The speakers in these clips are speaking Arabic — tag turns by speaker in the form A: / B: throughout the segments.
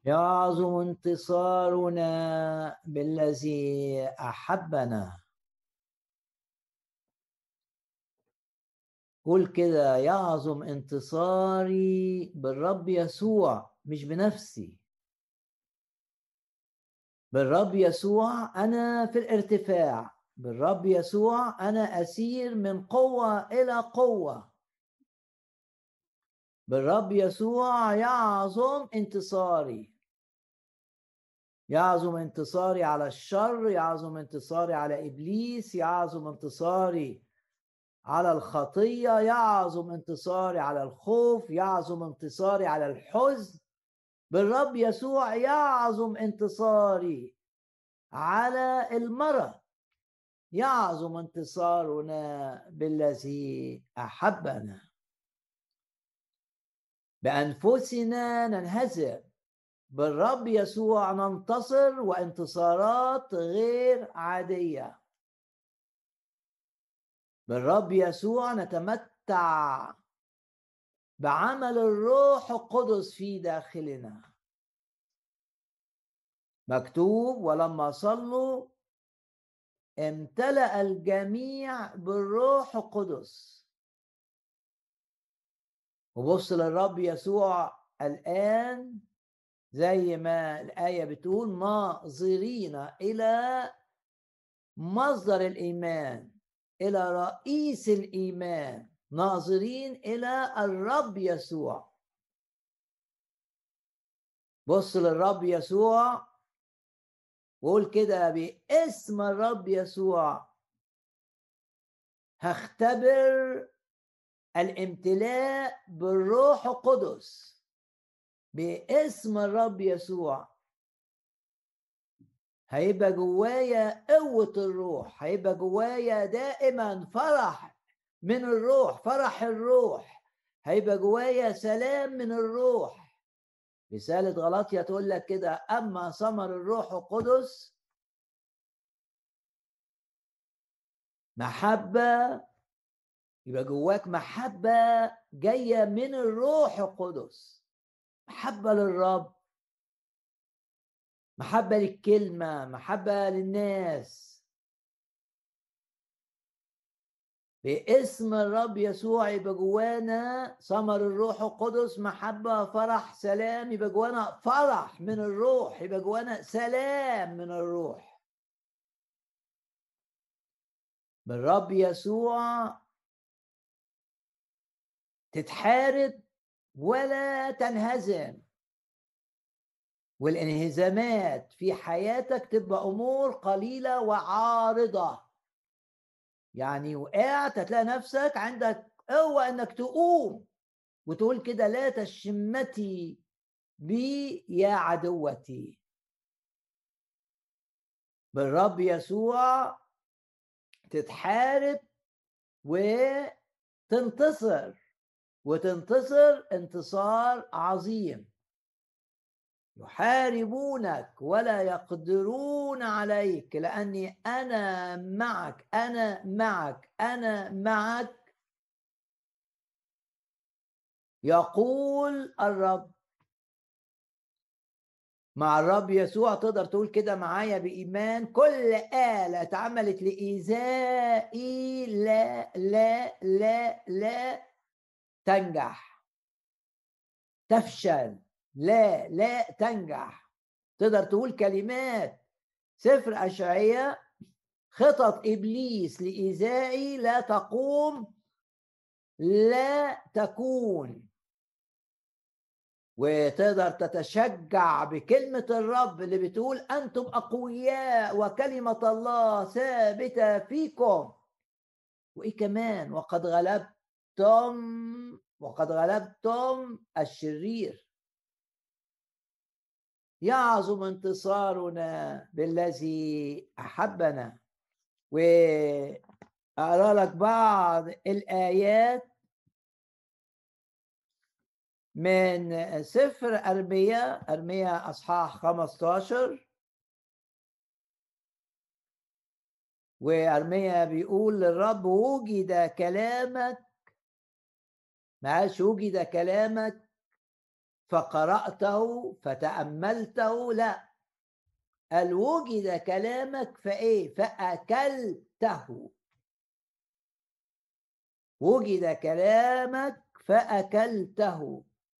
A: يعظم انتصارنا بالذي أحبنا. قول كده: يعظم انتصاري بالرب يسوع، مش بنفسي. بالرب يسوع أنا في الارتفاع، بالرب يسوع أنا أسير من قوة إلى قوة. بالرب يسوع يعظم انتصاري. يعظم انتصاري على الشر، يعظم انتصاري على إبليس، يعظم انتصاري على الخطية، يعظم انتصاري على الخوف، يعظم انتصاري على الحزن. بالرب يسوع يعظم انتصاري على المرض. يعظم انتصارنا بالذي أحبنا. بأنفسنا ننهزم، بالرب يسوع ننتصر، وانتصارات غير عادية. بالرب يسوع نتمتع بعمل الروح القدس في داخلنا. مكتوب: ولما صلوا امتلأ الجميع بالروح القدس. وبص للرب يسوع الآن زي ما الآية بتقول: ناظرين إلى مصدر الإيمان، إلى رئيس الإيمان، ناظرين إلى الرب يسوع. بص للرب يسوع وقول كده: باسم الرب يسوع هختبر الامتلاء بالروح القدس. باسم الرب يسوع هيبقى جوايا قوة الروح، هيبقى جوايا دائما فرح من الروح، فرح الروح. هيبقى جوايا سلام من الروح. رسالة غلاطيا تقول لك كده: أما ثمر الروح القدس محبة. يبقى جواك محبة جاية من الروح القدس. محبة للرب، محبة للكلمة، محبة للناس. باسم الرب يسوع يبقى جوانا ثمر الروح القدس: محبة، فرح، سلام. يبقى جوانا فرح من الروح، يبقى جوانا سلام من الروح. بالرب يسوع تتحارب ولا تنهزم، والانهزامات في حياتك تبقى أمور قليلة وعارضة. يعني وقعت هتلاقي نفسك عندك قوة انك تقوم وتقول كده: لا تشمتي بي يا عدوتي. بالرب يسوع تتحارب وتنتصر، وتنتصر انتصار عظيم. يحاربونك ولا يقدرون عليك، لأني أنا معك، أنا معك، أنا معك، يقول الرب. مع الرب يسوع تقدر تقول كده معايا بإيمان: كل آلة اتعملت لإيذائي لا لا لا لا تنجح، تفشل، لا لا تنجح. تقدر تقول كلمات سفر أشعياء: خطط إبليس لإيذائي لا تقوم، لا تكون. وتقدر تتشجع بكلمة الرب اللي بتقول: أنتم أقوياء وكلمة الله ثابتة فيكم. وإيه كمان؟ وقد غلبتم الشرير. يعظم انتصارنا بالذي أحبنا. وأقرأ لك بعض الآيات من سفر أرميا أصحاح 15. وأرميا بيقول للرب: وجد كلامك، معاش وجد كلامك فقرأته فتأملته، لا، قال وجد كلامك فإيه؟ فأكلته. وجد كلامك فأكلته.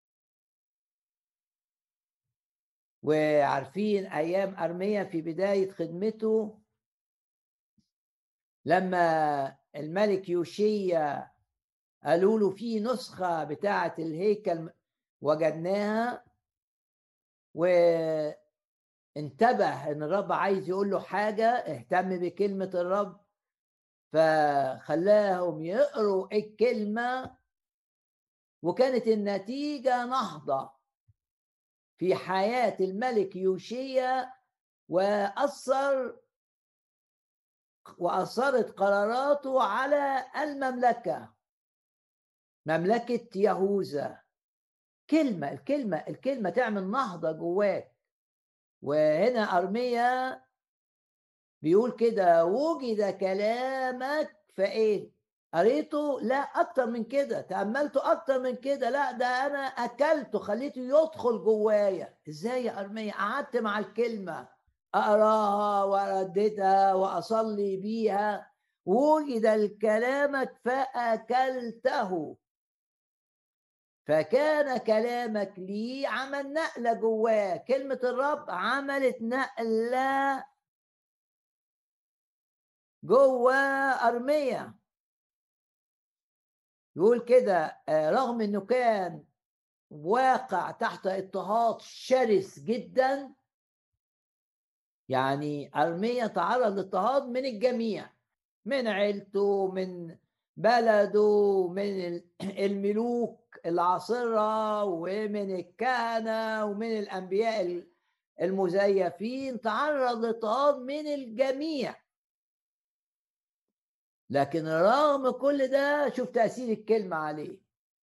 A: وعارفين أيام أرميا في بداية خدمته، لما الملك يوشيا قالوا له في نسخة بتاعة الهيكل وجدناها، وانتبه ان الرب عايز يقول له حاجة، اهتم بكلمة الرب، فخلاهم يقروا الكلمة، وكانت النتيجة نهضة في حياة الملك يوشيا، وأثرت قراراته على المملكة، مملكة يهوذا. الكلمة تعمل نهضة جواك. وهنا أرميا بيقول كده وجد كلامك فإيه؟ قريته؟ لا، أكتر من كده. تأملته أكتر من كده؟ لا، ده أنا أكلته، خليته يدخل جوايا. إزاي يا أرميا؟ قعدت مع الكلمة أقراها وأرددها وأصلي بيها. وجد كلامك فأكلته، فكان كلامك لي عمل نقلة جواه. كلمة الرب عملت نقلة جوه أرميا. يقول كده رغم انه كان واقع تحت اضطهاد شرس جدا، يعني أرميا تعرض لاضطهاد من الجميع، من عيلته، من بلده، من الملوك العاصرة، ومن الكهنة، ومن الأنبياء المزيفين. تعرض لاضطهاد من الجميع، لكن رغم كل ده شوف تأثير الكلمة عليه.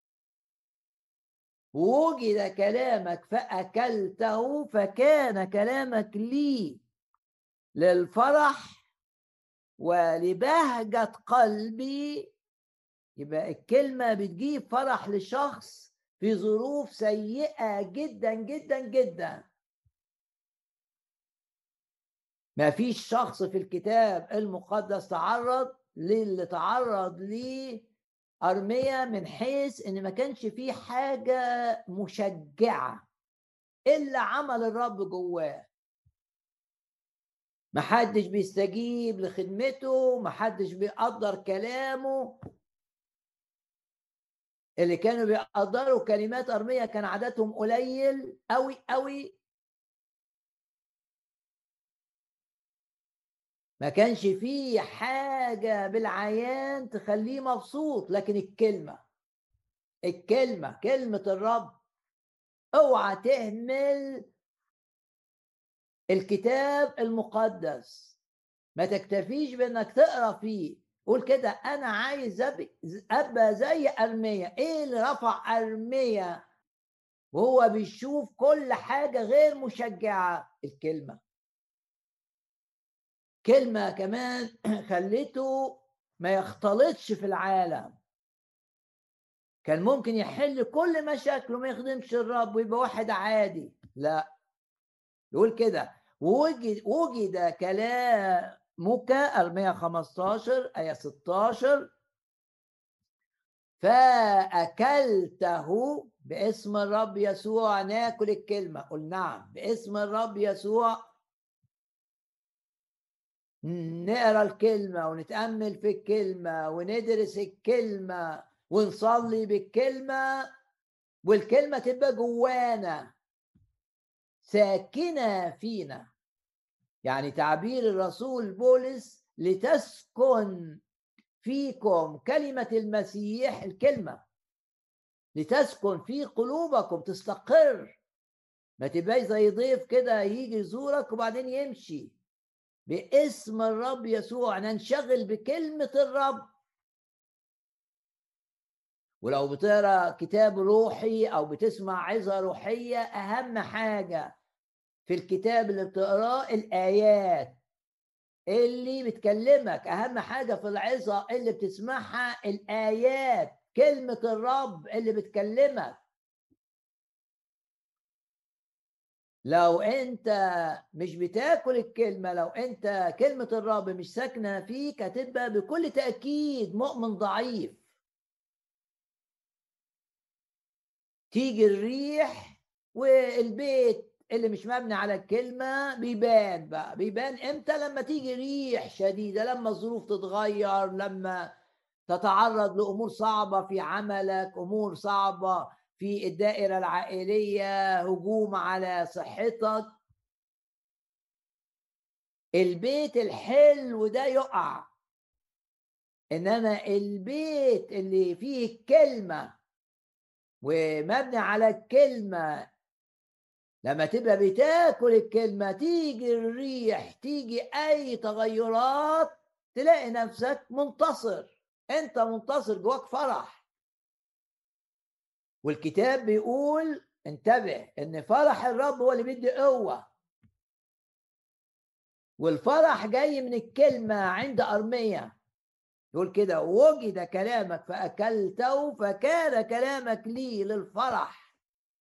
A: وجد كلامك فأكلته، فكان كلامك لي للفرح ولبهجة قلبي. يبقى الكلمة بتجيب فرح لشخص في ظروف سيئة جدا جدا جدا. ما فيش شخص في الكتاب المقدس تعرض للي تعرض ليه أرميا، من حيث إن ما كانش فيه حاجة مشجعة إلا عمل الرب جواه. محدش بيستجيب لخدمته، محدش بيقدر كلامه. اللي كانوا بيقدروا كلمات أرميا كان عددهم قليل قوي قوي. ما كانش فيه حاجة بالعيان تخليه مبسوط، لكن كلمة الرب. اوعى تهمل الكتاب المقدس، ما تكتفيش بانك تقرا فيه. قول كده انا عايز ابقى زي ارميا. ايه اللي رفع ارميا وهو بيشوف كل حاجه غير مشجعه؟ كلمه كمان خلته ما يختلطش في العالم. كان ممكن يحل كل مشاكله ما يخدمش الرب ويبقى واحد عادي. لا، يقول كده وجد كلامك، أرميا 15 آية 16، فأكلته باسم الرب يسوع. ناكل الكلمة؟ قل نعم، باسم الرب يسوع نقرا الكلمة ونتأمل في الكلمة وندرس الكلمة ونصلي بالكلمة، والكلمة تبقى جوانا ساكنة فينا. يعني تعبير الرسول بولس لتسكن فيكم كلمة المسيح، الكلمة لتسكن في قلوبكم، تستقر. ما تبقاش زي ضيف كده يجي يزورك وبعدين يمشي. باسم الرب يسوع ننشغل بكلمة الرب. ولو بتقرا كتاب روحي او بتسمع عظة روحية، اهم حاجة في الكتاب اللي بتقراه الآيات اللي بتكلمك. اهم حاجة في العظة اللي بتسمعها الآيات، كلمة الرب اللي بتكلمك. لو انت مش بتاكل الكلمة، لو انت كلمة الرب مش ساكنة فيك، هتبقى بكل تأكيد مؤمن ضعيف. تيجي الريح والبيت اللي مش مبني على الكلمة بيبان بقى. بيبان امتى؟ لما تيجي ريح شديدة، لما الظروف تتغير، لما تتعرض لأمور صعبة في عملك، أمور صعبة في الدائرة العائلية، هجوم على صحتك، البيت الحلو ده يقع. إنما البيت اللي فيه الكلمة ومبني على الكلمة، لما تبقى بتاكل الكلمة، تيجي الريح، تيجي أي تغيرات، تلاقي نفسك منتصر. أنت منتصر، جواك فرح. والكتاب بيقول، انتبه، إن فرح الرب هو اللي بيدي قوة. والفرح جاي من الكلمة. عند أرمية يقول كده: وجد كلامك فأكلته فكان كلامك لي للفرح.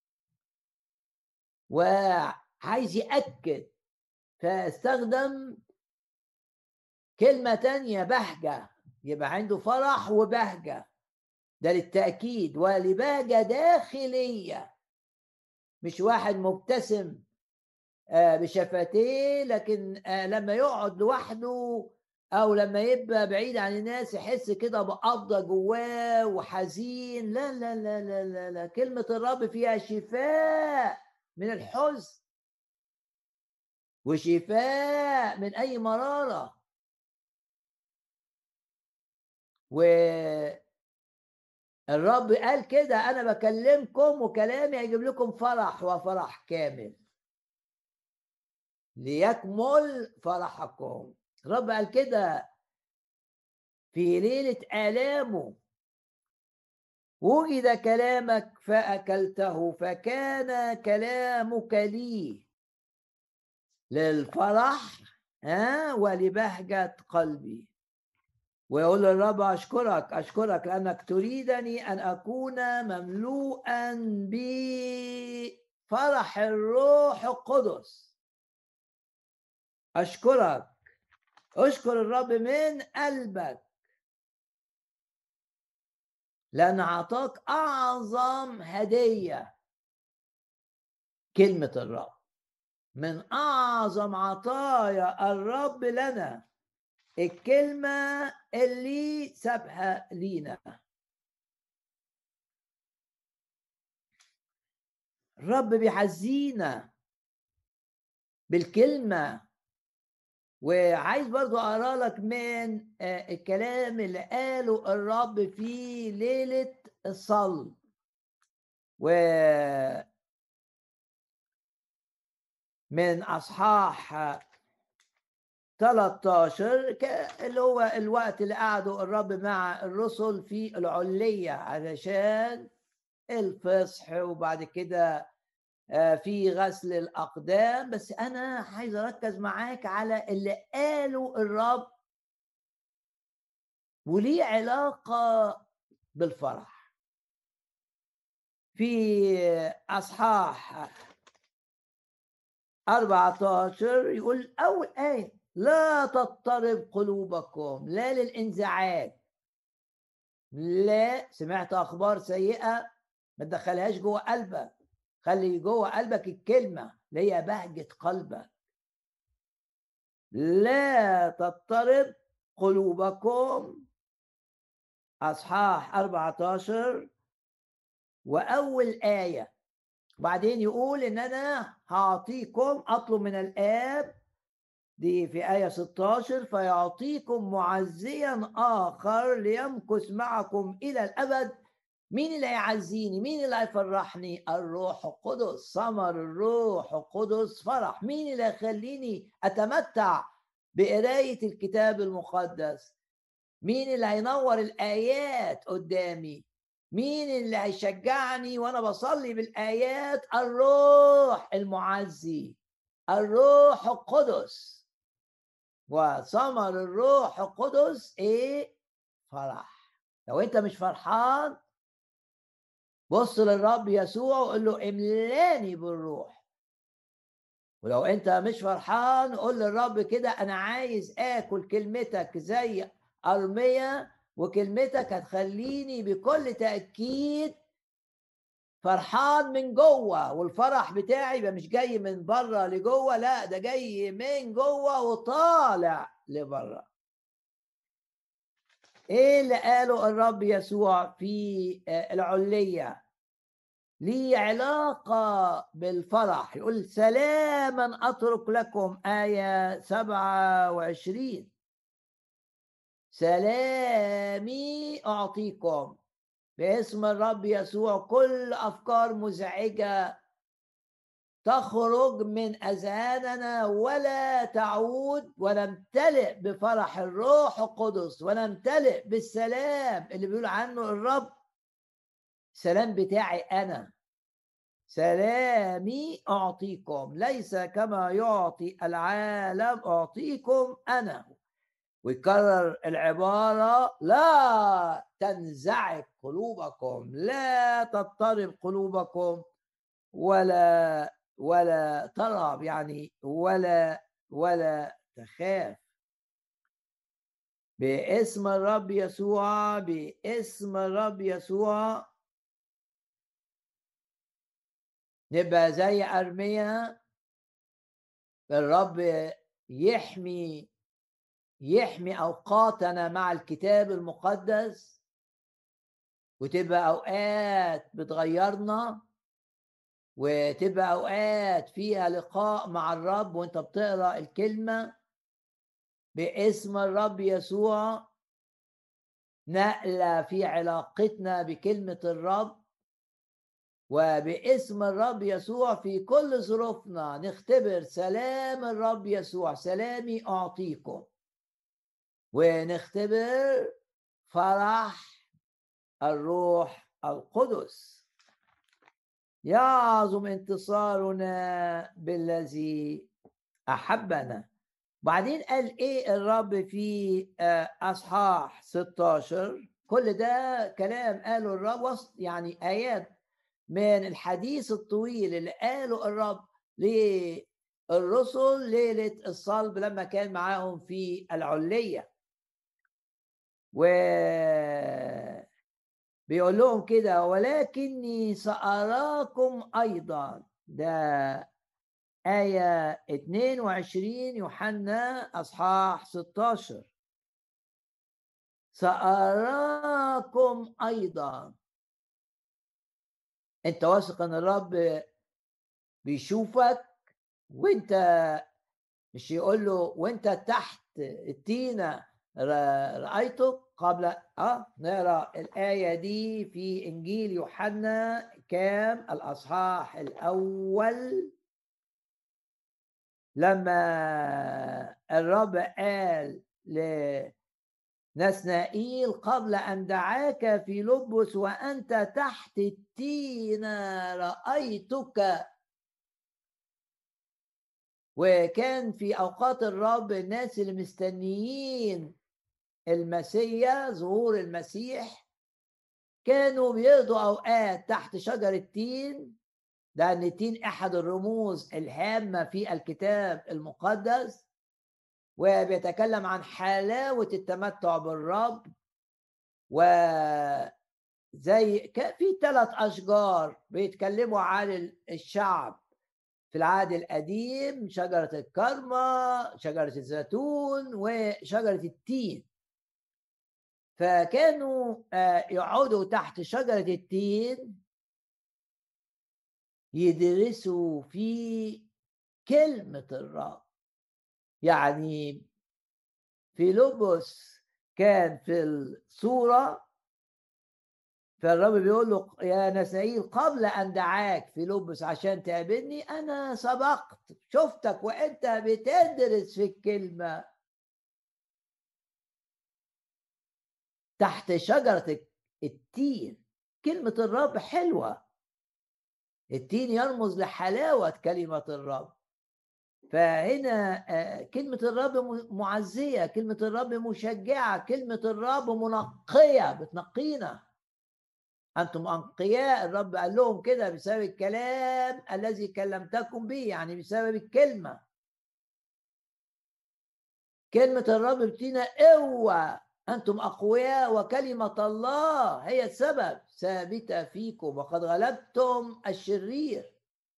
A: وعايز يأكد، فاستخدم كلمة تانية، بهجة. يبقى عنده فرح وبهجة، ده للتأكيد، ولبهجة داخلية. مش واحد مبتسم بشفتيه، لكن لما يقعد لوحده او لما يبقى بعيد عن الناس يحس كده بقبضة جواه وحزين. لا لا لا لا لا لا، كلمة الرب فيها شفاء من الحزن، وشفاء من اي مرارة. والرب قال كده: انا بكلمكم وكلامي هيجيب لكم فرح، وفرح كامل، ليكمل فرحكم. الرب قال كده في ليلة آلامه: وجد كلامك فأكلته فكان كلامك لي للفرح ولبهجة قلبي. ويقول للرب: أشكرك أشكرك لأنك تريدني أن أكون مملوءا بفرح الروح القدس. أشكرك. أشكر الرب من قلبك، لأن أعطاك أعظم هدية، كلمة الرب. من أعظم عطايا الرب لنا الكلمة اللي سابها لينا. الرب بيحزينا بالكلمة. وعايز برضو أقرأ لك من الكلام اللي قاله الرب في ليلة الصلب. ومن أصحاح 13، اللي هو الوقت اللي قعدوا الرب مع الرسل في العلية علشان الفصح، وبعد كده في غسل الأقدام. بس أنا عايز أركز معاك على اللي قاله الرب وليه علاقة بالفرح. في أصحاح 14 يقول أول آية: لا تضطرب قلوبكم، لا للانزعاج. لا سمعت أخبار سيئة ما تدخلهاش جوه قلبك، خلي جوه قلبك الكلمة اللي هي بهجة قلبك. لا تضطرب قلوبكم، أصحاح 14 وأول آية. وبعدين يقول إن أنا هعطيكم، أطلب من الآب، دي في آية 16: فيعطيكم معزيا آخر ليمكث معكم إلى الأبد. مين اللي هيعزيني؟ مين اللي هيفرحني؟ الروح القدس. ثمر الروح القدس فرح. مين اللي هيخليني أتمتع بقراية الكتاب المقدس؟ مين اللي هينور الآيات قدامي؟ مين اللي هيشجعني وأنا بصلي بالآيات؟ الروح المعزي، الروح القدس. وثمر الروح القدس إيه؟ فرح. لو أنت مش فرحان، بص للرب يسوع وقول له: املاني بالروح. ولو انت مش فرحان قول للرب كده: انا عايز اكل كلمتك زي ارمية، وكلمتك هتخليني بكل تأكيد فرحان من جوه، والفرح بتاعي يبقى مش جاي من بره لجوه، لا ده جاي من جوه وطالع لبره. ايه اللي قاله الرب يسوع في العلية؟ ليه علاقة بالفرح. يقول: سلاما أترك لكم، آية 27، سلامي أعطيكم. باسم الرب يسوع كل أفكار مزعجة تخرج من أذهاننا ولا تعود، ونمتلئ بفرح الروح القدس، ونمتلئ بالسلام اللي بيقول عنه الرب: سلام بتاعي أنا، سلامي أعطيكم، ليس كما يعطي العالم أعطيكم أنا. ويكرر العبارة: لا تنزعج قلوبكم، لا تضطرب قلوبكم، ولا ترهب، يعني ولا تخاف. باسم الرب يسوع، باسم الرب يسوع نبقى زي أرميا. الرب يحمي أوقاتنا مع الكتاب المقدس، وتبقى أوقات بتغيرنا، وتبقى أوقات فيها لقاء مع الرب وانت بتقرأ الكلمة. باسم الرب يسوع نقلة في علاقتنا بكلمة الرب، وباسم الرب يسوع في كل ظروفنا نختبر سلام الرب يسوع: سلامي أعطيكم. ونختبر فرح الروح القدس. يعظم انتصارنا بالذي أحبنا. بعدين قال ايه الرب في اصحاح 16؟ كل ده كلام قاله الرب، يعني ايات من الحديث الطويل اللي قاله الرب للرسل ليلة الصلب لما كان معاهم في العلية. وبيقول لهم كده: ولكني سأراكم أيضا. ده آية 22 يوحنا أصحاح 16. سأراكم أيضا. أنت واثق أن الرب بيشوفك، وأنت مش يقول له وأنت تحت التينة رأيتك قبل. نقرأ الآية دي في إنجيل يوحنا كام؟ الأصحاح الأول، لما الرب قال لنسنائيل: قبل أن دعاك في لبس وأنت تحت التين رأيتك. وكان في أوقات الرب الناس اللي مستنيين المسيح، ظهور المسيح، كانوا بيقضوا أوقات تحت شجر التين، لأن التين أحد الرموز الهامة في الكتاب المقدس، وبيتكلم عن حلاوة التمتع بالرب. وزي في 3 أشجار بيتكلموا عن الشعب في العهد القديم: شجرة الكرمة، شجرة الزيتون، وشجرة التين. فكانوا يقعدوا تحت شجرة التين يدرسوا في كلمة الرب. يعني في لبس كان في الصورة، فالرب بيقول له: يا نسائيل قبل أن دعاك في لبس عشان تقابلني، أنا سبقت شفتك وأنت بتدرس في الكلمة تحت شجرة التين. كلمة الرب حلوة، التين يرمز لحلاوة كلمة الرب. فهنا كلمة الرب معزية، كلمة الرب مشجعة، كلمة الرب منقية، بتنقينا. أنتم أنقياء. الرب قال لهم كده بسبب الكلام الذي كلمتكم به، يعني بسبب الكلمة. كلمة الرب بتدينا قوة. أنتم أقوياء وكلمة الله هي السبب ثابتة فيكم وقد غلبتم الشرير.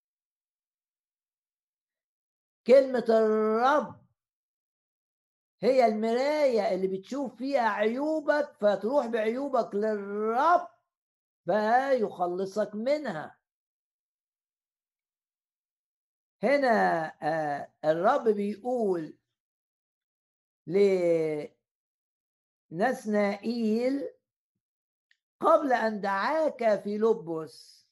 A: كلمة الرب هي المراية اللي بتشوف فيها عيوبك، فتروح بعيوبك للرب فيخلصك منها. هنا الرب بيقول لنسنائيل قبل أن دعاك فيلبس،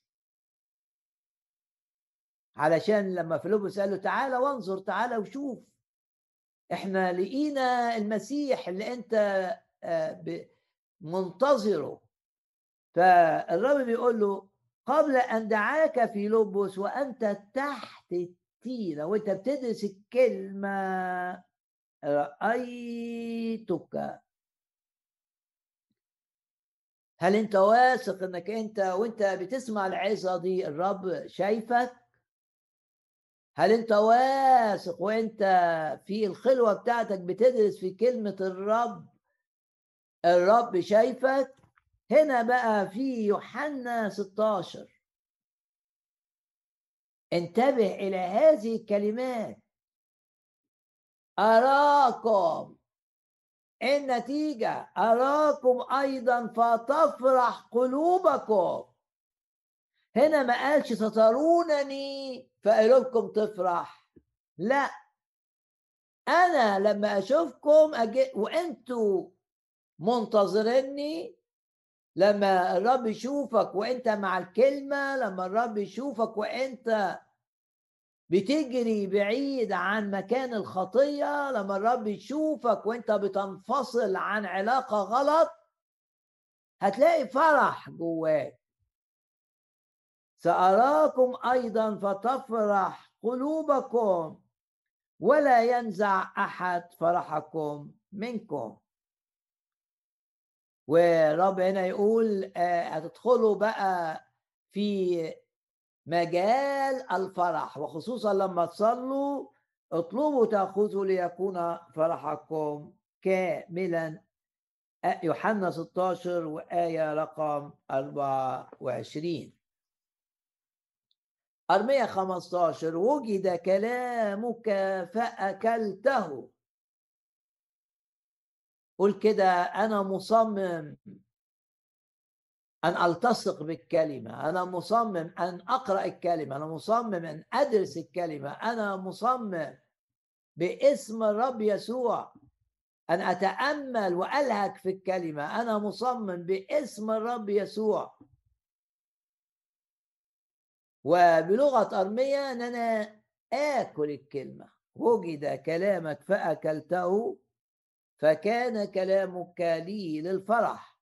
A: علشان لما فيلبس قال له تعالى وانظر، تعالى وشوف، احنا لقينا المسيح اللي انت منتظره. فالرب بيقول له قبل أن دعاك فيلبس وأنت تحت التينة وأنت بتدرس الكلمة رأيتك. هل أنت واثق أنك أنت وأنت بتسمع العظة دي الرب شايفك؟ هل أنت واثق وأنت في الخلوة بتاعتك بتدرس في كلمة الرب شايفك؟ هنا بقى في يوحنا 16 انتبه إلى هذه الكلمات. أراكم، النتيجة أراكم أيضا فتفرح قلوبكم. هنا ما قالش سترونني فقلوبكم تفرح، لا، أنا لما أشوفكم وأنتوا منتظريني، لما الرب يشوفك وأنت مع الكلمة، لما الرب يشوفك وأنت بتجري بعيد عن مكان الخطية، لما الرب يشوفك وانت بتنفصل عن علاقة غلط، هتلاقي فرح جواك. سأراكم أيضا فتفرح قلوبكم ولا ينزع أحد فرحكم منكم. والرب هنا يقول هتدخلوا بقى في مجال الفرح، وخصوصا لما تصلوا اطلبوا تأخذوا ليكون فرحكم كاملا. يوحنا 16 وآية رقم 24. أرمية 15 وجد كلامك فأكلته. قل كده أنا مصمم أن ألتصق بالكلمة، أنا مصمم أن أقرأ الكلمة، أنا مصمم أن أدرس الكلمة، أنا مصمم باسم الرب يسوع أن أتأمل وألهك في الكلمة، أنا مصمم باسم الرب يسوع. وبلغة أرمية أن أنا آكل الكلمة. وجد كلامك فأكلته فكان كلامك لي للفرح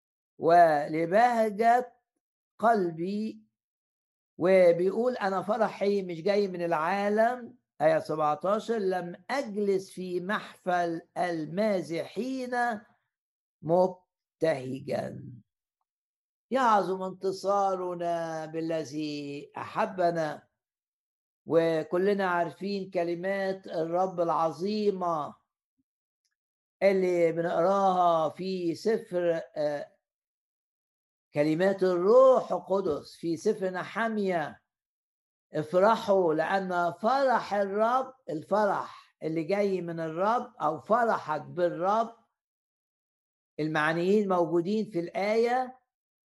A: ولبهجة قلبي. وبيقول أنا فرحي مش جاي من العالم. آية 17 لم أجلس في محفل المازحين مبتهجا. يعظم انتصارنا بالذي أحبنا. وكلنا عارفين كلمات الرب العظيمة اللي بنقراها في سفر كلمات الروح القدس في سفر نحمية. افرحوا لأن فرح الرب، الفرح اللي جاي من الرب أو فرحك بالرب، المعنيين موجودين في الآية.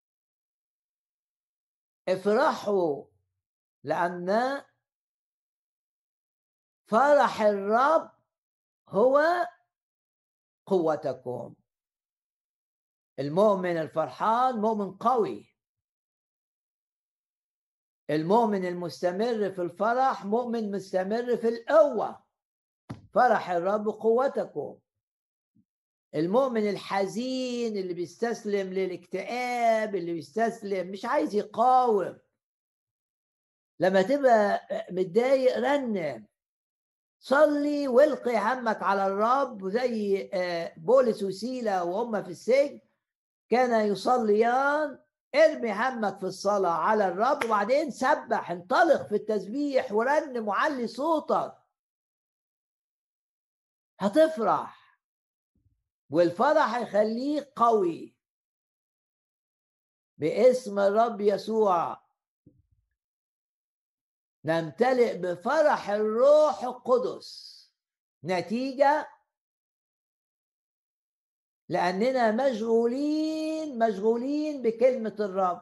A: افرحوا لأن فرح الرب هو قوتكم. المؤمن الفرحان مؤمن قوي. المؤمن المستمر في الفرح مؤمن مستمر في القوة. فرح الرب قوتكم. المؤمن الحزين اللي بيستسلم للاكتئاب، اللي بيستسلم مش عايز يقاوم، لما تبقى متضايق رنم، صلي والقي همك على الرب. زي بولس وسيلة وهم في السجن كان يصليان ارمي همك في الصلاة على الرب، وبعدين سبح، انطلق في التسبيح ورنم وعلي صوتك. هتفرح، والفرح هيخليك قوي باسم الرب يسوع. نمتلئ بفرح الروح القدس نتيجة لأننا مشغولين بكلمة الرب.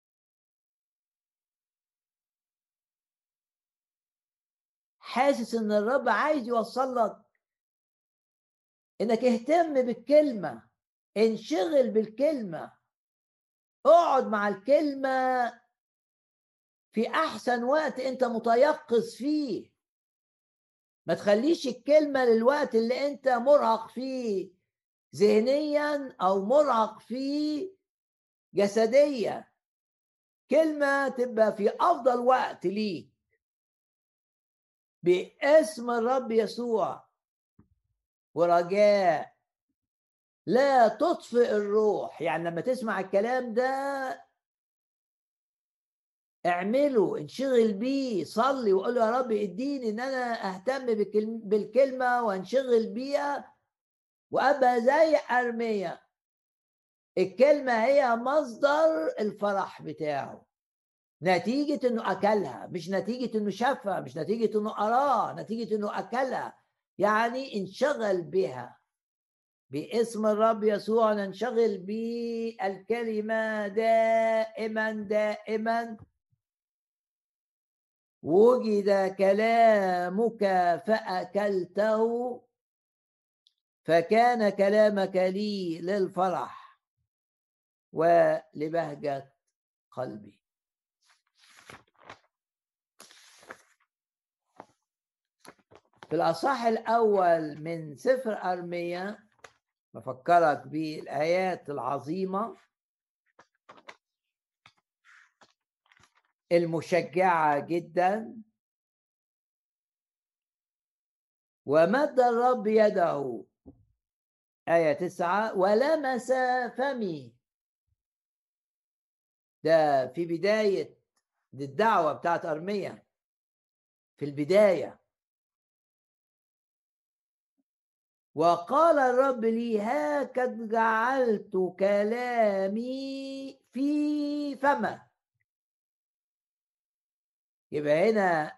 A: حاسس ان الرب عايز يوصل لك انك اهتم بالكلمة، انشغل بالكلمة، اقعد مع الكلمة في احسن وقت انت متيقظ فيه. ما تخليش الكلمة للوقت اللي انت مرهق فيه ذهنيا او مرهق فيه جسديا. كلمة تبقى في افضل وقت ليك باسم الرب يسوع. ورجاء لا تطفئ الروح، يعني لما تسمع الكلام ده اعمله، انشغل بيه، صلي وقول له يا رب اديني ان انا اهتم بالكلمة وانشغل بيها وابقى زي ارميا. الكلمة هي مصدر الفرح بتاعه، نتيجة انه اكلها، مش نتيجة انه شافها، مش نتيجة انه قراها، نتيجة انه اكلها. يعني انشغل بها باسم الرب يسوع. ننشغل بالكلمة دائما دائما. وجد كلامك فأكلته، فكان كلامك لي للفرح ولبهجة قلبي. في الأصحاح الأول من سفر أرميا بفكرك بالآيات العظيمة المشجعة جدا. ومد الرب يده، آية 9، ولمس فمي. ده في بداية الدعوة بتاعت أرميا، في البداية. وقال الرب لي هكذا جعلت كلامي في فمك. يبقى هنا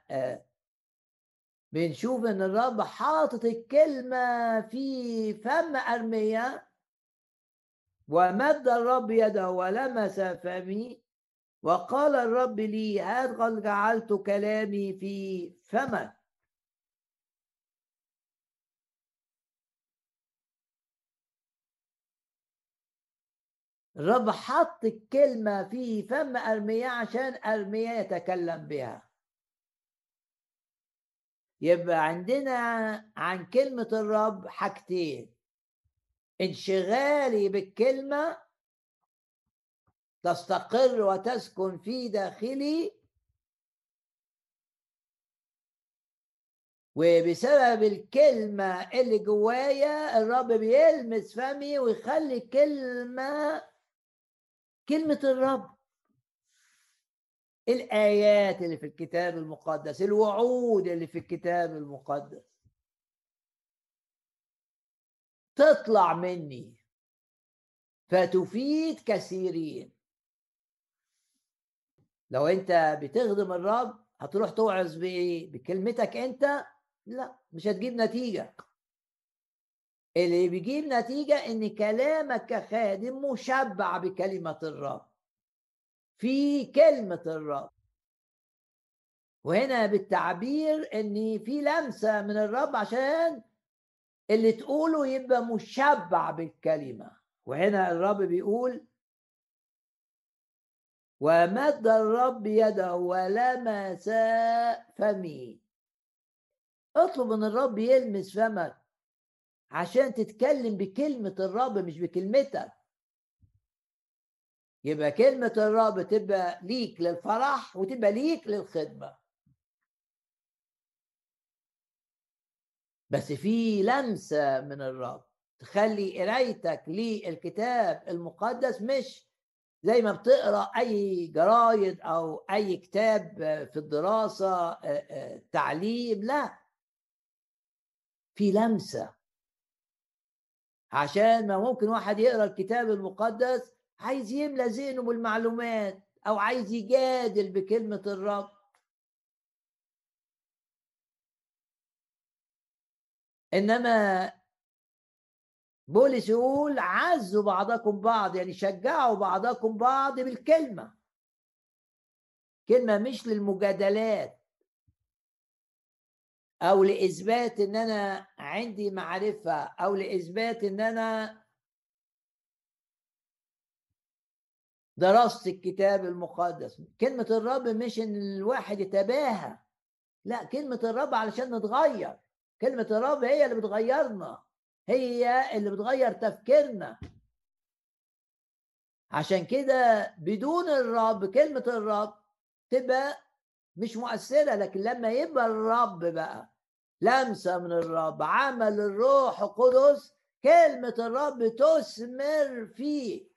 A: بنشوف ان الرب حاطط الكلمة في فم أرميا. ومد الرب يده ولمس فمي، وقال الرب لي هكذا جعلت كلامي في فمك. الرب حط الكلمة في فم أرميا عشان أرميا يتكلم بها. يبقى عندنا عن كلمة الرب حاجتين: انشغالي بالكلمة تستقر وتسكن في داخلي، وبسبب الكلمة اللي جوايا الرب بيلمس فمي ويخلي كلمة الرب، الآيات اللي في الكتاب المقدس، الوعود اللي في الكتاب المقدس تطلع مني فتفيد كثيرين. لو انت بتخدم الرب هتروح توعظ بايه؟ بكلمتك انت؟ لا، مش هتجيب نتيجة. اللي بيجيب نتيجة ان كلامك كخادم مشبع بكلمة الرب، في كلمة الرب. وهنا بالتعبير ان في لمسة من الرب عشان اللي تقوله يبقى مشبع بالكلمة. وهنا الرب بيقول ومد الرب يده ولمس فمي. اطلب ان الرب يلمس فمك عشان تتكلم بكلمة الرب مش بكلمتك. يبقى كلمة الرب تبقى ليك للفرح وتبقى ليك للخدمة، بس في لمسة من الرب تخلي قرايتك للكتاب المقدس مش زي ما بتقرأ أي جرايد أو أي كتاب في الدراسة تعليم، لا، في لمسة. عشان ما ممكن واحد يقرأ الكتاب المقدس عايز يملى ذهنه بالمعلومات أو عايز يجادل بكلمة الرب. إنما بولس يقول عزوا بعضكم بعض، يعني شجعوا بعضكم بعض بالكلمة. كلمة مش للمجادلات أو لإثبات إن أنا عندي معرفة أو لإثبات إن أنا درست الكتاب المقدس. كلمة الرب مش إن الواحد يتباهى، لا، كلمة الرب علشان نتغير. كلمة الرب هي اللي بتغيرنا، هي اللي بتغير تفكيرنا. عشان كده بدون الرب، كلمة الرب تبقى مش مؤثرة. لكن لما يبقى الرب بقى، لمسة من الرب، عمل الروح القدس، كلمة الرب تثمر فيه.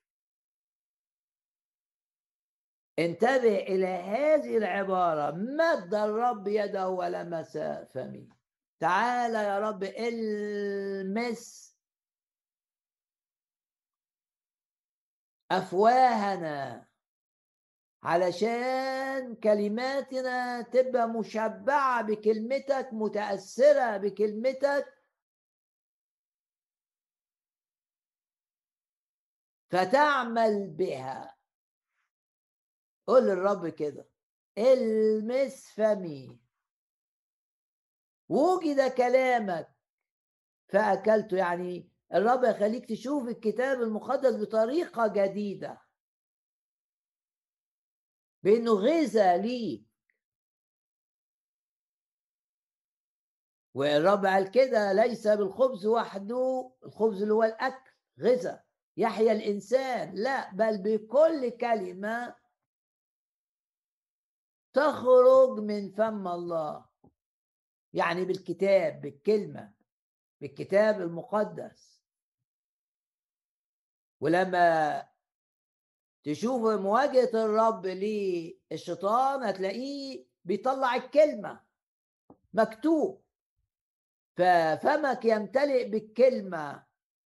A: انتبه إلى هذه العبارة: مد الرب يده ولمس فمي. تعالى يا رب المس أفواهنا علشان كلماتنا تبقى مشبعة بكلمتك، متأثرة بكلمتك، فتعمل بها. قول للرب كده: المس فمي، وجد كلامك فأكلته. يعني الرب يخليك تشوف الكتاب المقدس بطريقة جديدة، بأنه غذاء ليك. والرب قال كده: ليس بالخبز وحده، الخبز اللي هو الأكل غذاء يحيى الإنسان، لا، بل بكل كلمة تخرج من فم الله. يعني بالكتاب، بالكلمة، بالكتاب المقدس. ولما تشوف مواجهة الرب للشيطان هتلاقيه بيطلع الكلمة مكتوب، ففمك يمتلئ بالكلمة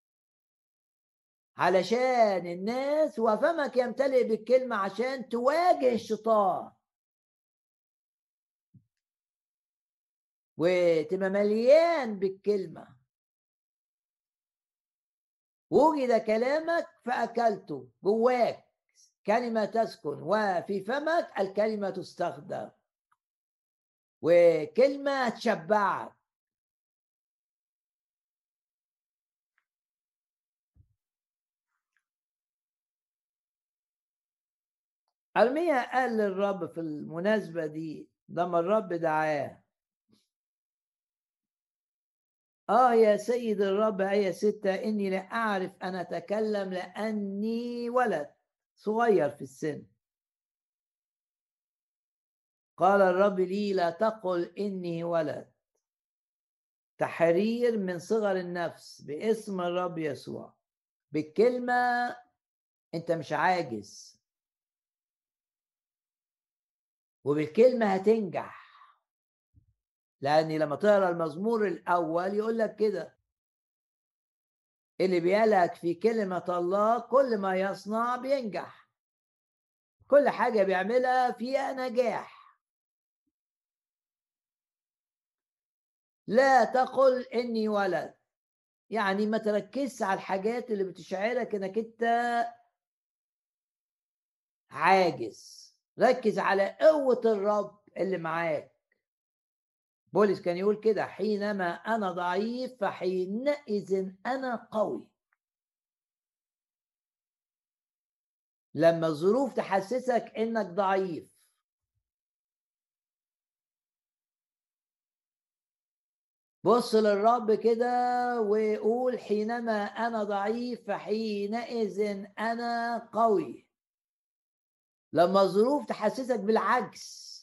A: علشان الناس، وفمك يمتلئ بالكلمة عشان تواجه الشيطان وتبقى مليان بالكلمة. وجد كلامك فأكلته، جواك كلمة تسكن، وفي فمك الكلمة تستخدم، وكلمة تشبعك. أرميا قال للرب في المناسبة دي لما الرب دعاه: يا سيد الرب، آية 6: إني لا أعرف أن أتكلم لأني ولد صغير في السن. قال الرب لي: لا تقل إني ولد، تحرير من صغر النفس باسم الرب يسوع. بالكلمة أنت مش عاجز، وبالكلمة هتنجح. لأني لما تقرأ المزمور الأول يقول لك كده: اللي بيلهج في كلمة الله كل ما يصنع بينجح، كل حاجة بيعملها فيها نجاح. لا تقل إني ولد، يعني ما تركزش على الحاجات اللي بتشعرك إنك أنت عاجز. ركز على قوة الرب اللي معاك. بولس كان يقول كده: حينما أنا ضعيف فحينئذ أنا قوي. لما الظروف تحسسك إنك ضعيف، بص للرب كده وقول: حينما أنا ضعيف فحينئذ أنا قوي. لما الظروف تحسسك بالعجز،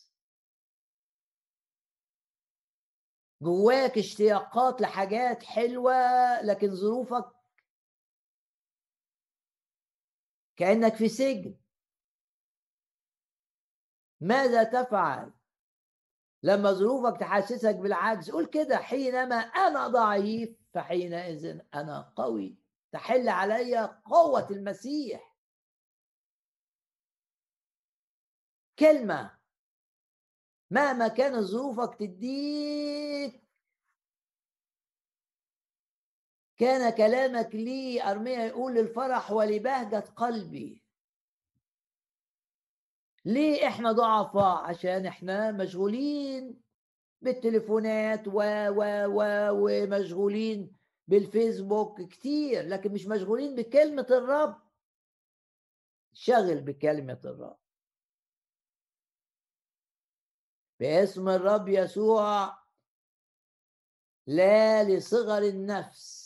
A: جواك اشتياقات لحاجات حلوة لكن ظروفك كأنك في سجن، ماذا تفعل لما ظروفك تحسسك بالعجز؟ قول كده: حينما أنا ضعيف فحينئذ أنا قوي، تحل علي قوة المسيح. كلمة مهما كانت ظروفك تديك. كان كلامك لي، أرميا يقول، للفرح ولبهجة قلبي. ليه احنا ضعفاء؟ عشان احنا مشغولين بالتليفونات ومشغولين بالفيسبوك كتير، لكن مش مشغولين بكلمة الرب. شغل بكلمة الرب باسم الرب يسوع. لا لصغر النفس،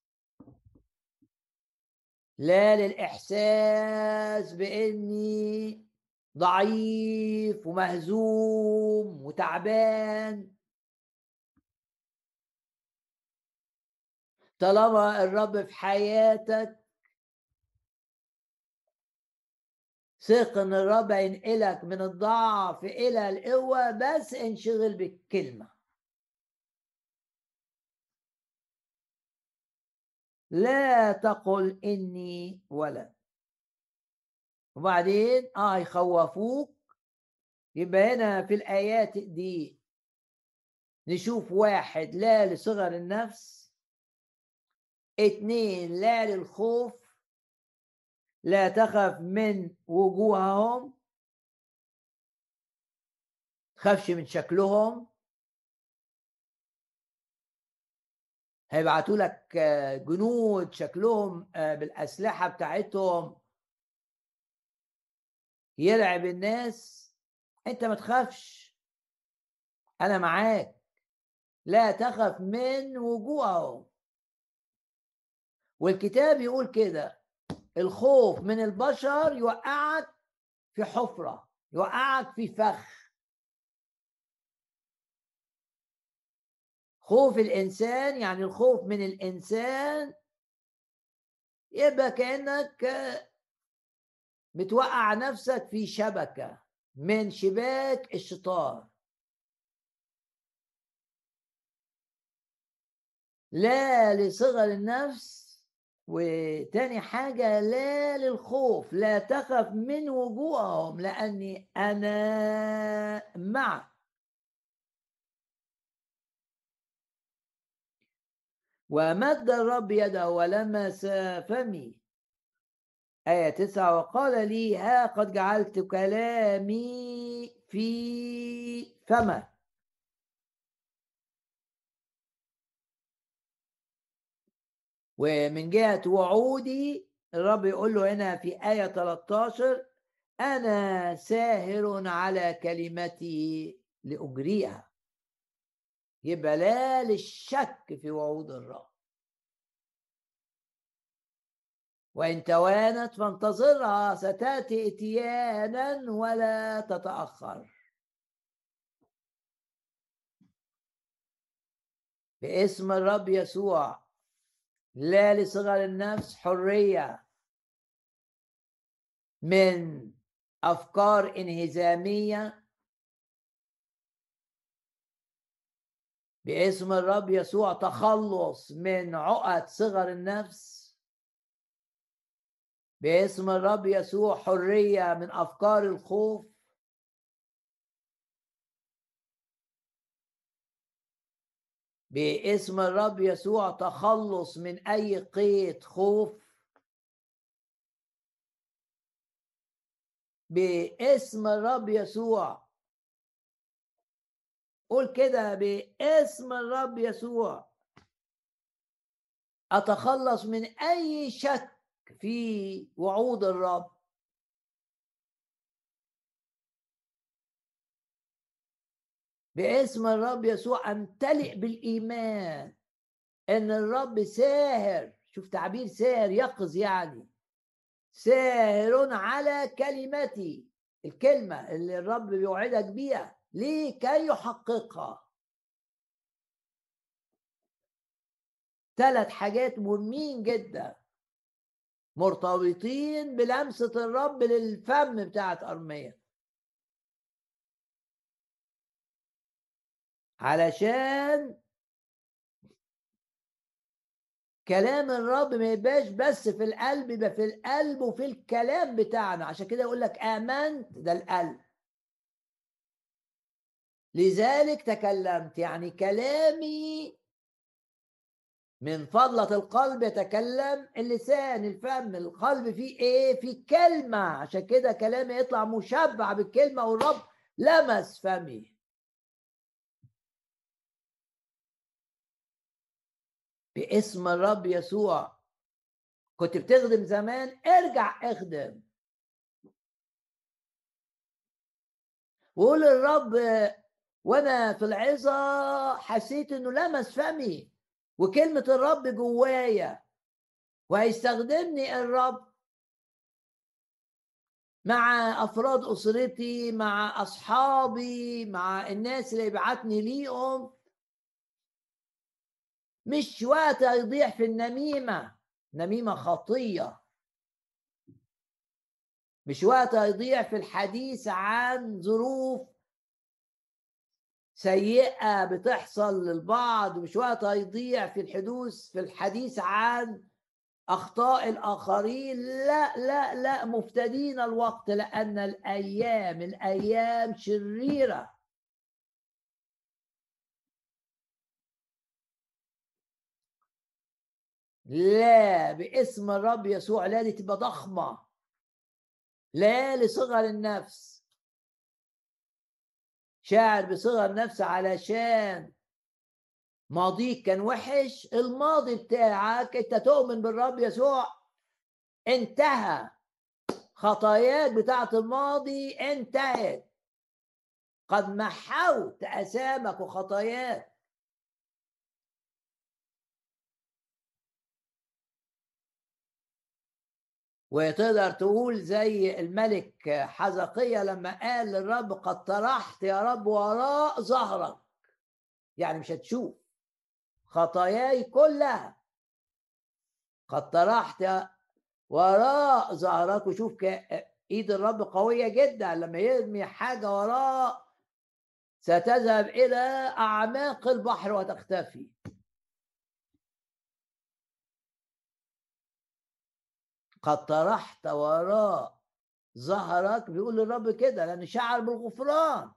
A: لا للإحساس بإني ضعيف ومهزوم وتعبان. طالما الرب في حياتك، ثق ان الرب ينقلك من الضعف الى القوه، بس انشغل بالكلمه. لا تقل اني ولد. وبعدين يخوفوك. يبقى هنا في الايات دي نشوف: واحد، لا لصغر النفس. اتنين، لا للخوف. لا تخف من وجوههم، تخافش من شكلهم. هيبعتوا لك جنود شكلهم بالأسلحة بتاعتهم يرعب الناس. انت ما تخافش، انا معاك. لا تخف من وجوههم. والكتاب يقول كده: الخوف من البشر يوقعك في حفرة، يوقعك في فخ. خوف الإنسان، يعني الخوف من الإنسان، يبقى كأنك بتوقع نفسك في شبكة من شباك الشيطان. لا لصغر النفس. وتاني حاجة، لا للخوف. لا تخف من وجوههم لأني أنا معك. ومد الرب يده ولمس فمي. آية 9: وقال لي: ها قد جعلت كلامي في فمك. ومن جهة وعودي، الرب يقول له هنا في آية 13: أنا ساهر على كلمتي لأجريها. يبقى لا للشك في وعود الرب. وإن توانت فانتظرها، ستأتي إتيانا ولا تتأخر. باسم الرب يسوع. لا لصغر النفس، حرية من أفكار انهزامية. باسم الرب يسوع، تخلص من عقد صغر النفس. باسم الرب يسوع، حرية من أفكار الخوف. باسم الرب يسوع، تخلص من أي قيد خوف. باسم الرب يسوع. قول كده: باسم الرب يسوع أتخلص من أي شك في وعود الرب. باسم الرب يسوع أمتلئ بالإيمان إن الرب ساهر. شوف تعبير ساهر، يقظ يعني. ساهر على كلمتي، الكلمة اللي الرب بيوعدك بيها لكي يحققها. 3 حاجات مهمين جدا مرتبطين بلمسة الرب للفم بتاعت أرميا. علشان كلام الرب ما يبقاش بس في القلب، يبقى في القلب وفي الكلام بتاعنا. عشان كده يقول لك آمنت، ده القلب، لذلك تكلمت. يعني كلامي من فضلة القلب يتكلم اللسان، الفم، القلب فيه ايه؟ فيه كلمة. عشان كده كلامي يطلع مشبع بالكلمة، والرب لمس فمي. باسم الرب يسوع. كنت بتخدم زمان، ارجع اخدم وقول للرب: وانا في العظة حسيت انه لمس فمي وكلمة الرب جوايا، وهيستخدمني الرب مع افراد اسرتي، مع اصحابي، مع الناس اللي يبعتني ليهم. مش وقت هيضيع في النميمة، نميمة خطية. مش وقت هيضيع في الحديث عن ظروف سيئة بتحصل للبعض. مش وقت هيضيع في الحديث عن أخطاء الآخرين. لا لا لا، مفتدين الوقت، لأن الأيام شريرة. لا، باسم الرب يسوع، لا دي تبقى ضخمة، لا لصغر النفس. شاعر بصغر النفس علشان ماضيك كان وحش. الماضي بتاعك انت تؤمن بالرب يسوع انتهى. خطاياك بتاعت الماضي انتهت. قد محوت أثامك وخطاياك. وتقدر تقول زي الملك حزقية لما قال للرب: قد طرحت يا رب وراء ظهرك. يعني مش هتشوف خطاياي كلها. قد طرحت وراء ظهرك. وشوف ايد الرب قوية جدا، لما يرمي حاجة وراء ستذهب إلى أعماق البحر وتختفي. قد طرحت وراء ظهرك، بيقول للرب كده، لأن شعر بالغفران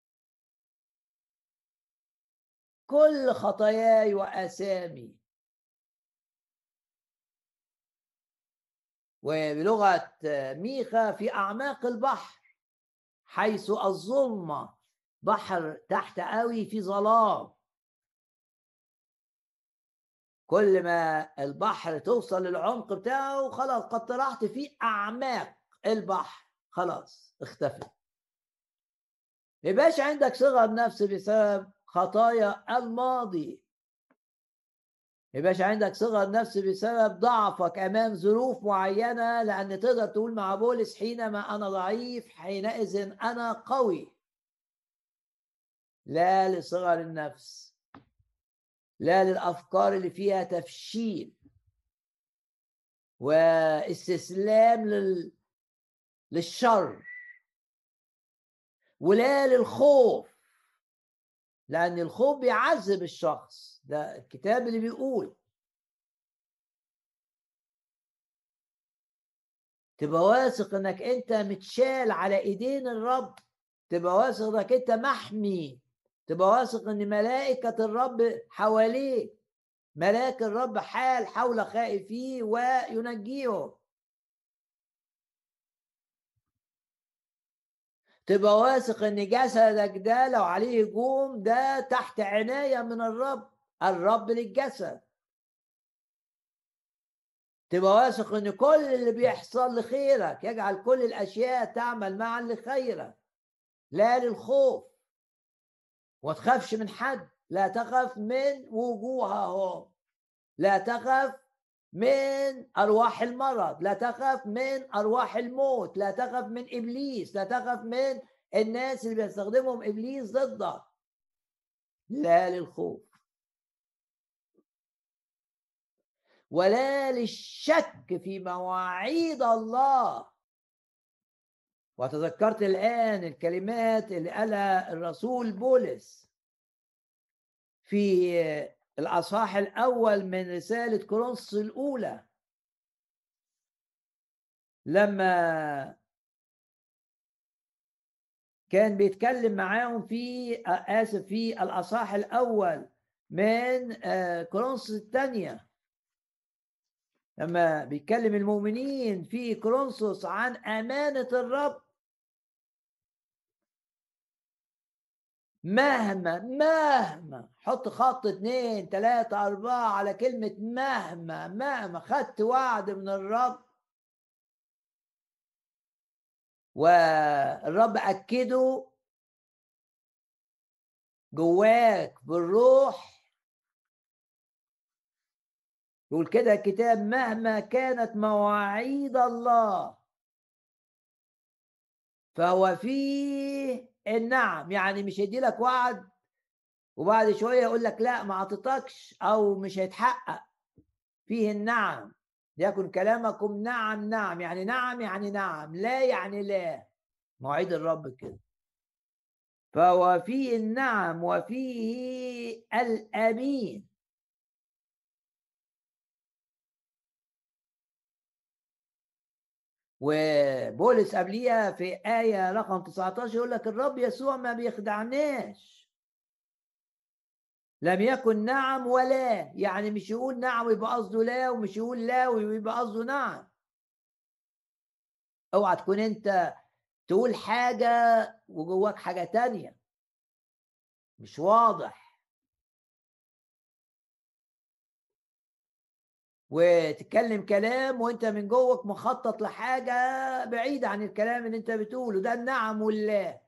A: كل خطاياي وآثامي. وبلغة ميخا: في أعماق البحر حيث الظلمة. بحر تحت قوي في ظلام. كل ما البحر توصل للعمق بتاعه خلاص، قد طلعت في أعماق البحر، خلاص اختفت. يبقاش عندك صغر نفس بسبب خطايا الماضي. يبقاش عندك صغر نفس بسبب ضعفك أمام ظروف معينة، لأن تقدر تقول مع بولس: حينما أنا ضعيف حينئذ أنا قوي. لا لصغر النفس، لا للأفكار اللي فيها تفشيل واستسلام للشر، ولا للخوف، لأن الخوف بيعذب الشخص. ده الكتاب اللي بيقول. تبقى واثق انك انت متشال على ايدين الرب. تبقى واثق انك انت محمي. تبقى واثق ان ملائكة الرب حواليك. ملاك الرب حال حول خائفيه وينجيهم. تبقى واثق ان جسدك ده لو عليه هجوم ده تحت عناية من الرب للجسد. تبقى واثق ان كل اللي بيحصل لخيرك، يجعل كل الاشياء تعمل معا لخيرك، لا للخوف. وتخافش من حد. لا تخف من وجوههم. لا تخف من أرواح المرض. لا تخف من أرواح الموت. لا تخف من إبليس. لا تخف من الناس اللي بيستخدمهم إبليس ضدك. لا للخوف ولا للشك في مواعيد الله. وتذكرت الآن الكلمات اللي قالها الرسول بولس: في الأصحاح الأول من رسالة كورنثوس الأولى، لما كان بيتكلم معاهم في الأصحاح الأول من كورنثوس الثانية، لما بيتكلم المؤمنين في كورنثوس عن أمانة الرب. مهما حط خط 2 3 4 على كلمة مهما خدت وعد من الرب والرب أكده جواك بالروح، يقول كده الكتاب: مهما كانت مواعيد الله فهو فيه النعم. يعني مش هيدي لك وعد وبعد شوية يقول لك لا ما عطيتكش أو مش هيتحقق. فيه النعم. ليكن كلامكم نعم نعم، يعني نعم يعني نعم، لا يعني لا. مواعيد الرب كده. فهو فيه النعم وفيه الأمين. وبولس قبليها في آية رقم 19 يقول لك الرب يسوع ما بيخدعناش. لم يكن نعم ولا، يعني مش يقول نعم ويبقى قصده لا، ومش يقول لا ويبقى قصده نعم. اوعى تكون انت تقول حاجة وجواك حاجة تانية مش واضح، وتتكلم كلام وانت من جوك مخطط لحاجة بعيدة عن الكلام اللي انت بتقوله. ده النعم والله.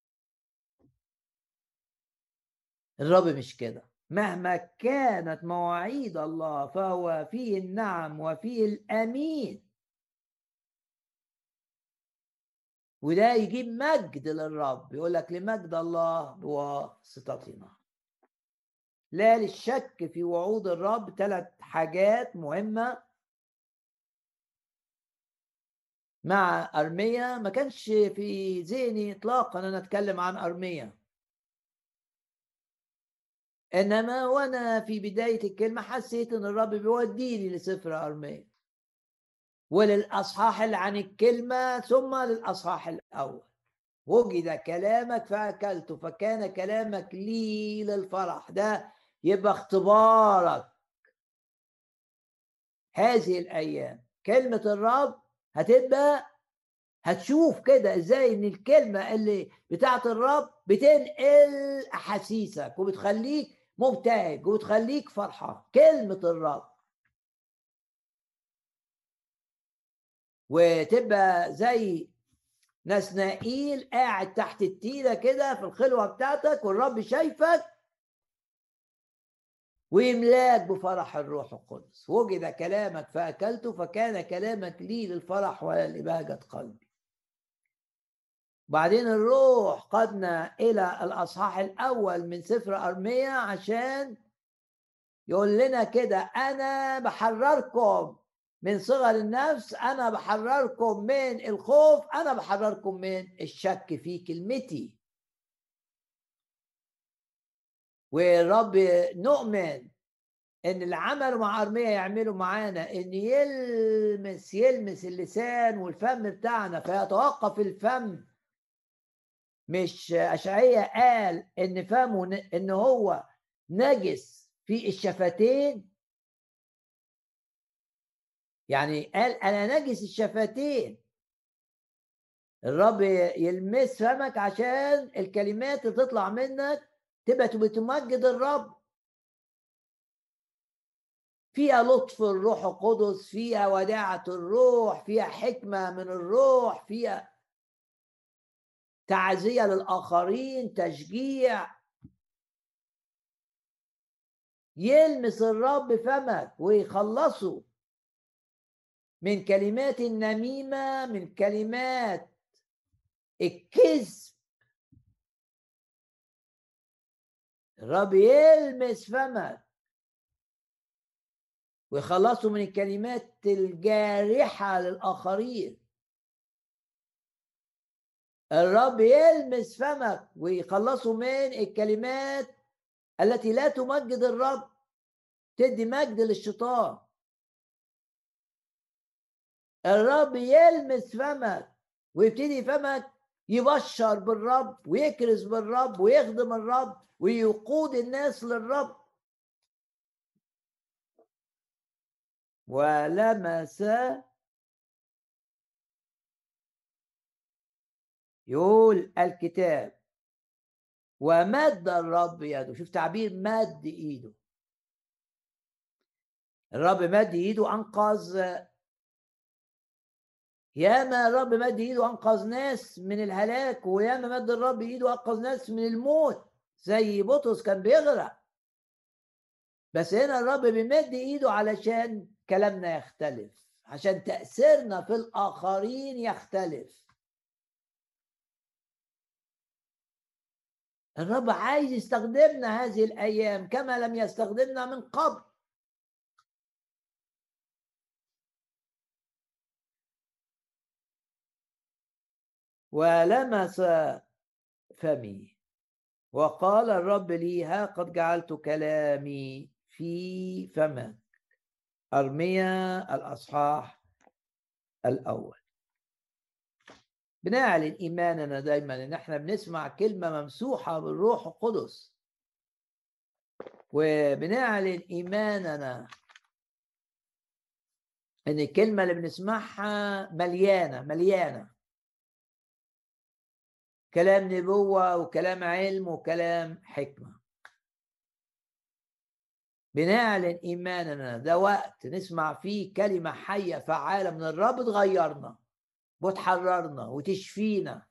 A: الرب مش كده. مهما كانت مواعيد الله فهو فيه النعم وفيه الأمين. وده يجيب مجد للرب. يقول لك لمجد الله بواسطتنا. لا للشك في وعود الرب. 3 حاجات مهمة مع أرميا. ما كانش في ذهني إطلاقا أنا أتكلم عن أرميا، إنما وأنا في بداية الكلمة حسيت إن الرب بيوديني لسفر أرميا وللأصحاح اللي عن الكلمة ثم للأصحاح الأول. وجد كلامك فأكلته فكان كلامك لي للفرح. ده يبقى اختبارك هذه الأيام. كلمة الرب هتشوف كده ازاي ان الكلمة اللي بتاعت الرب بتنقل احاسيسك وبتخليك مبتهج وبتخليك فرحان. كلمة الرب. وتبقى زي نسنائيل قاعد تحت التيلة كده في الخلوة بتاعتك والرب شايفك ويملاك بفرح الروح القدس. وجد كلامك فأكلته فكان كلامك لي للفرح ولبهجة قلبي. بعدين الروح قادنا إلى الأصحاح الأول من سفر أرميا عشان يقول لنا كده: أنا بحرركم من صغر النفس، أنا بحرركم من الخوف، أنا بحرركم من الشك في كلمتي. والرب نؤمن ان اللي عمله مع ارميا يعمله معانا، ان يلمس اللسان والفم بتاعنا فيتوقف الفم. مش اشعياء قال ان فمه ان هو نجس في الشفتين؟ يعني قال انا نجس الشفتين. الرب يلمس فمك عشان الكلمات اللي تطلع منك تبقى بتمجد الرب. فيها لطف الروح القدس، فيها وداعة الروح، فيها حكمة من الروح، فيها تعزية للآخرين، تشجيع. يلمس الرب فمك ويخلصه من كلمات النميمة، من كلمات الكذب. الرب يلمس فمك ويخلصه من الكلمات الجارحة للآخرين. الرب يلمس فمك ويخلصه من الكلمات التي لا تمجد الرب تدي مجد للشيطان. الرب يلمس فمك ويبتدي فمك يبشر بالرب ويكرز بالرب ويخدم الرب ويقود الناس للرب. ولمس، يقول الكتاب ومد الرب يده. شوف تعبير مد ايده. الرب مد ايده انقذ. ياما الرب مد ايده انقذ ناس من الهلاك، وياما مد الرب ايده انقذ ناس من الموت زي بطرس كان بيغرق. بس هنا الرب بيمد ايده علشان كلامنا يختلف، عشان تأثيرنا في الآخرين يختلف. الرب عايز يستخدمنا هذه الأيام كما لم يستخدمنا من قبل. ولمس فمي وقال الرب لي ها قد جعلت كلامي في فمك. أرميا الأصحاح الأول. بنعلن إيماننا دايما إن احنا بنسمع كلمة ممسوحة بالروح القدس، وبنعلن إيماننا إن الكلمة اللي بنسمعها مليانة كلام نبوة وكلام علم وكلام حكمة. بنعلن إيماننا ده وقت نسمع فيه كلمة حية فعالة من الرب تغيرنا وتحررنا وتشفينا.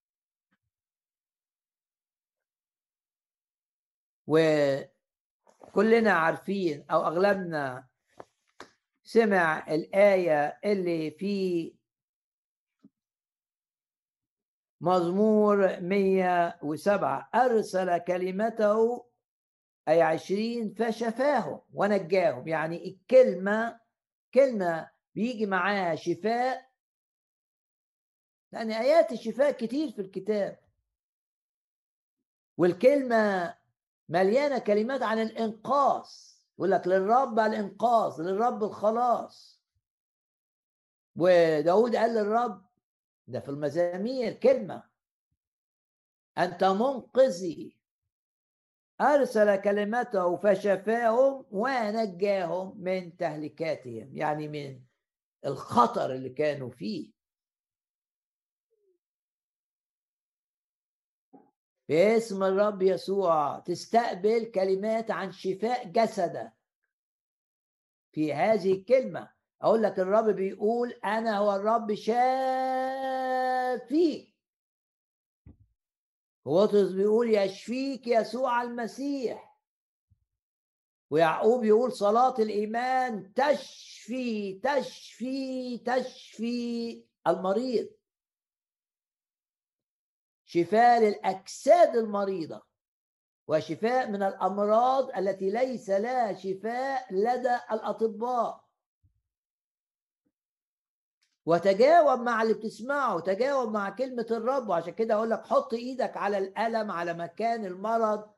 A: وكلنا عارفين أو أغلبنا سمع الآية اللي في مزمور 107 أرسل كلمته أي 20 فشفاهم ونجاهم. يعني الكلمة كلمة بيجي معاها شفاء، لأن آيات الشفاء كتير في الكتاب، والكلمة مليانة كلمات عن الإنقاذ. يقول لك للرب الإنقاذ، للرب الخلاص. وداود قال للرب ده في المزامير كلمة أنت منقذي. أرسل كلمته فشفاهم ونجاهم من تهلكاتهم، يعني من الخطر اللي كانوا فيه. باسم الرب يسوع تستقبل كلمات عن شفاء جسدك في هذه الكلمة. أقول لك الرب بيقول أنا هو الرب شافيك. وبطرس بيقول يشفيك يسوع المسيح. ويعقوب يقول صلاة الإيمان تشفي تشفي تشفي المريض. شفاء للأجساد المريضة وشفاء من الأمراض التي ليس لها شفاء لدى الأطباء. وتجاوب مع اللي بتسمعه، تجاوب مع كلمة الرب. وعشان كده أقول لك حط إيدك على الألم، على مكان المرض.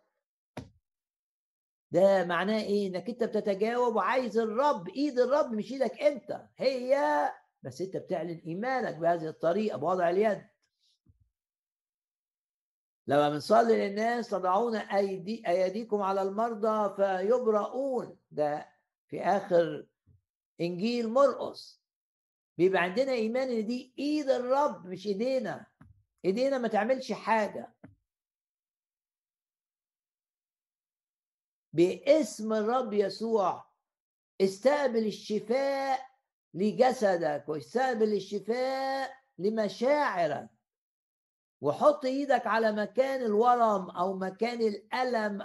A: ده معناه إيه؟ إنك أنت بتتجاوب وعايز الرب، إيد الرب مش إيدك أنت هي، بس أنت بتعلن إيمانك بهذه الطريقة بوضع اليد. لما بنصلي للناس تضعون أيديكم على المرضى فيبرؤون، ده في آخر إنجيل مرقس. بيبقى عندنا إيمان إن دي إيد الرب مش إيدينا. إيدينا ما تعملش حاجة. باسم الرب يسوع استقبل الشفاء لجسدك واستقبل الشفاء لمشاعرك. وحط ايدك على مكان الورم او مكان الألم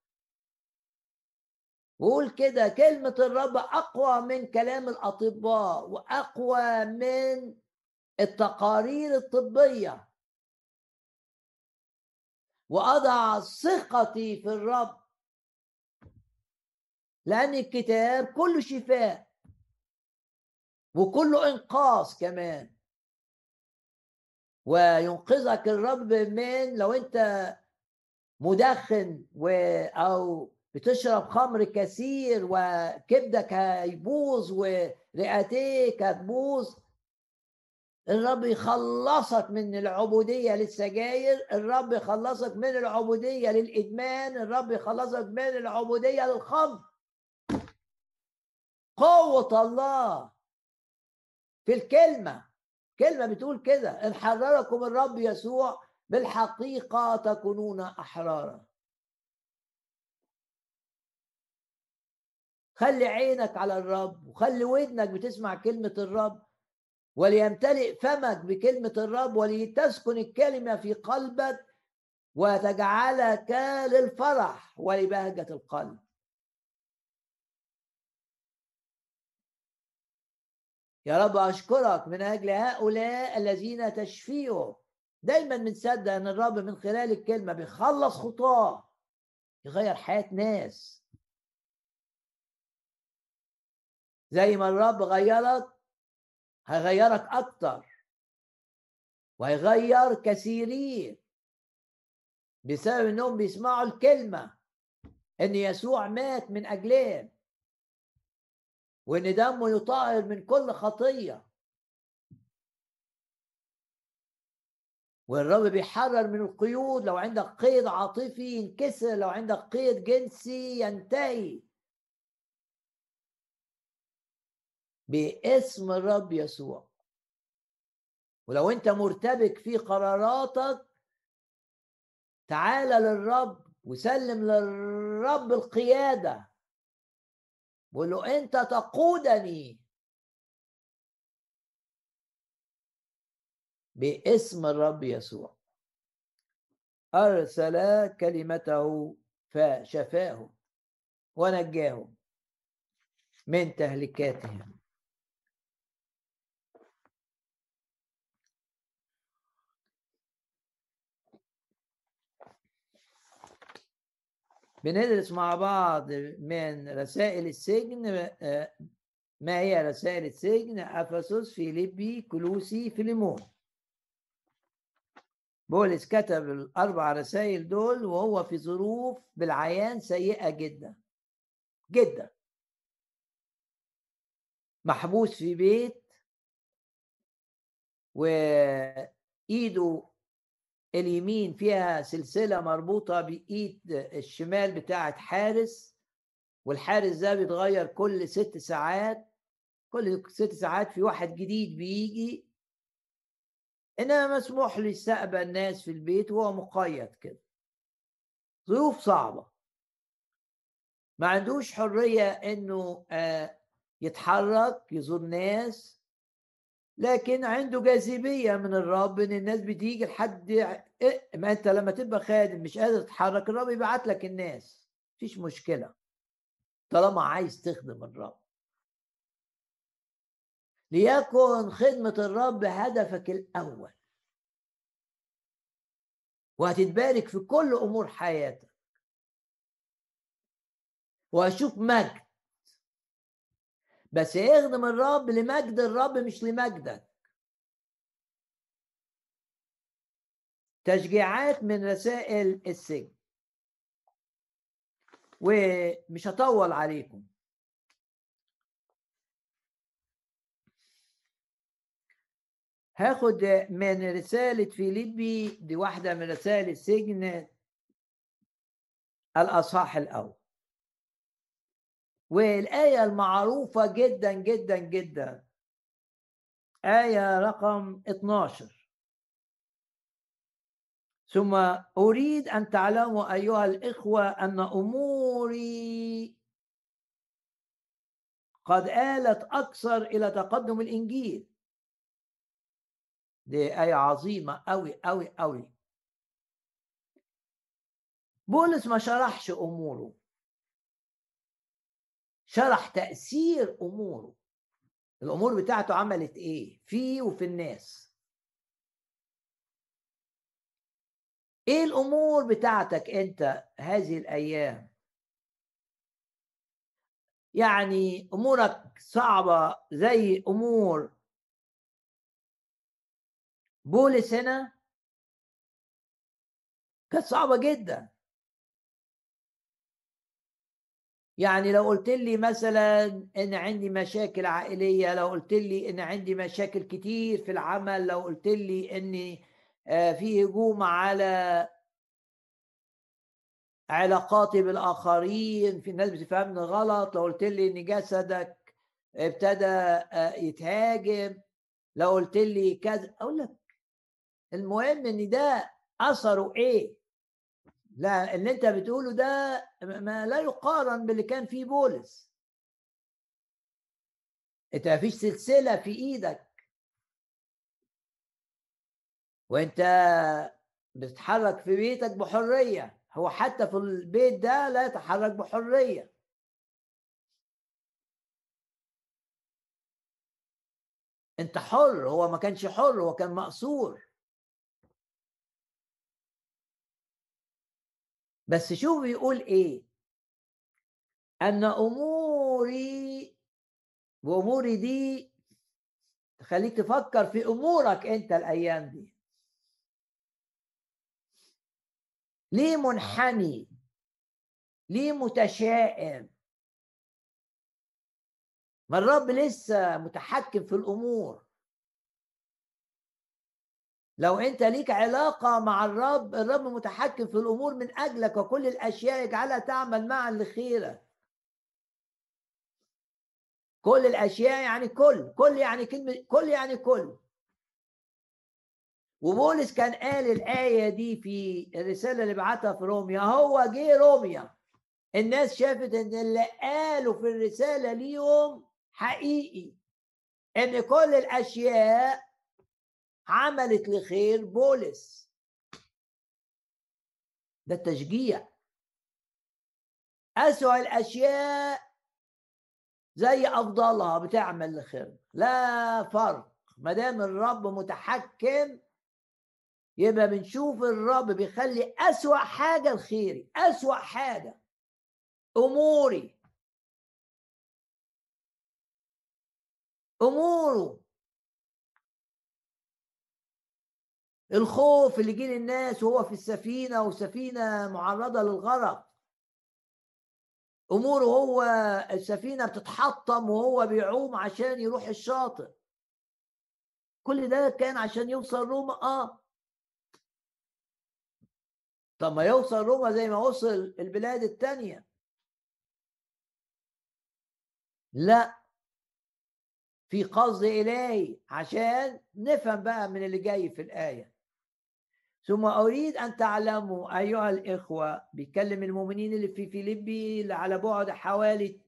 A: وقول كده كلمة الرب أقوى من كلام الأطباء وأقوى من التقارير الطبية. وأضع ثقتي في الرب لأن الكتاب كله شفاء وكله إنقاذ كمان. وينقذك الرب من، لو أنت مدخن او بتشرب خمر كثير وكبدك هيبوظ ورئتيك هتبوظ، الرب يخلصك من العبودية للسجاير، الرب يخلصك من العبودية للإدمان، الرب يخلصك من العبودية للخمر. قوة الله في الكلمة. كلمة بتقول كده: إن حرركم الرب يسوع بالحقيقة تكونون أحرارا. خلي عينك على الرب وخلي ودنك بتسمع كلمة الرب، وليمتلئ فمك بكلمة الرب، ولتسكن الكلمة في قلبك وتجعلك للفرح ولبهجة القلب. يا رب أشكرك من أجل هؤلاء الذين تشفيهم. دايما بنصدق أن الرب من خلال الكلمة بيخلص خطاه، يغير حياة ناس. زي ما الرب غيرك هيغيرك أكتر، وهيغير كثيرين بسبب أنهم بيسمعوا الكلمة أن يسوع مات من أجلهم، وأن دمه يطهر من كل خطية، والرب بيحرر من القيود. لو عندك قيد عاطفي ينكسر، لو عندك قيد جنسي ينتهي باسم الرب يسوع. ولو انت مرتبك في قراراتك، تعال للرب وسلم للرب القيادة، وقول له انت تقودني باسم الرب يسوع. أرسل كلمته فشفاهم ونجاهم من تهلكاتهم. بندرس مع بعض من رسائل السجن. ما هي رسائل السجن؟ أفسس، فيليبي، كولوسي، فيليمون. بولس كتب الأربع رسائل دول وهو في ظروف بالعيان سيئة جدا جدا، محبوس في بيت، وإيده اليمين فيها سلسلة مربوطة بإيد الشمال بتاعت حارس، والحارس ده بيتغير كل 6 ساعات، كل 6 ساعات في واحد جديد بيجي. إنما مسموح له يستقبل الناس في البيت وهو مقيد كده. ظروف صعبة، ما عندوش حرية إنه يتحرك يزور ناس، لكن عنده جاذبية من الرب إن الناس بتيجي لحد ما أنت لما تبقى خادم مش قادر تتحرك، الرب يبعت لك الناس، مفيش مشكلة طالما عايز تخدم الرب. ليكن خدمة الرب هدفك الأول، وهتتبارك في كل أمور حياتك، وهشوف مجد. بس اخدم الرب لمجد الرب مش لمجدك. تشجيعات من رسائل السجن، ومش هطول عليكم. هاخد من رسالة فيليبي، دي واحدة من رسائل السجن، الأصحاح الأول، والآية المعروفة جدا جدا جدا، آية رقم 12: ثم أريد أن تعلموا أيها الإخوة أن أموري قد آلت أكثر إلى تقدم الإنجيل. دي آية عظيمة أوي أوي أوي. بولس ما شرحش أموره، شرح تأثير أموره. الأمور بتاعته عملت إيه فيه وفي الناس. إيه الأمور بتاعتك أنت هذه الأيام؟ يعني أمورك صعبة زي أمور بولس هنا؟ كانت صعبة جدا. يعني لو قلت لي مثلا ان عندي مشاكل عائلية، لو قلت لي ان عندي مشاكل كتير في العمل، لو قلت لي ان في هجوم على علاقاتي بالآخرين، في ناس بتفهمني غلط، لو قلت لي ان جسدك ابتدى يتهاجم، لو قلت لي كذا، اقول لك المهم ان ده اثره ايه. لا، اللي انت بتقوله ده ما لا يقارن باللي كان فيه بولس. انت ما فيش سلسلة في ايدك وانت بتتحرك في بيتك بحرية، هو حتى في البيت ده لا يتحرك بحرية. انت حر، هو ما كانش حر، هو كان مأسور. بس شوف بيقول ايه، ان اموري، واموري دي تخليك تفكر في امورك انت الايام دي. ليه منحني؟ ليه متشائم؟ ما الرب لسه متحكم في الامور. لو انت ليك علاقة مع الرب، الرب متحكم في الامور من اجلك، وكل الاشياء يجعلها تعمل معا لخيرك. كل الاشياء يعني كل يعني كلمة كل يعني كل. وبولس كان قال الآية دي في الرسالة اللي بعتها في روميا. هو جه روميا، الناس شافت ان اللي قاله في الرسالة ليهم حقيقي، ان كل الاشياء عملت لخير بولس. ده التشجيع. أسوأ الاشياء زي افضلها بتعمل لخير، لا فرق. ما دام الرب متحكم يبقى بنشوف الرب بيخلي أسوأ حاجة الخيري، أسوأ حاجة أموره. الخوف اللي جه للناس وهو في السفينة، وسفينة معرضة للغرق، أموره هو السفينة بتتحطم وهو بيعوم عشان يروح الشاطئ. كل ده كان عشان يوصل روما. طب ما يوصل روما زي ما وصل البلاد التانية. لا، في قصد إلهي عشان نفهم بقى من اللي جاي في الآية. ثم أريد أن تعلموا أيها الإخوة، بيتكلم المؤمنين اللي في فيليبي اللي على بعد حوالي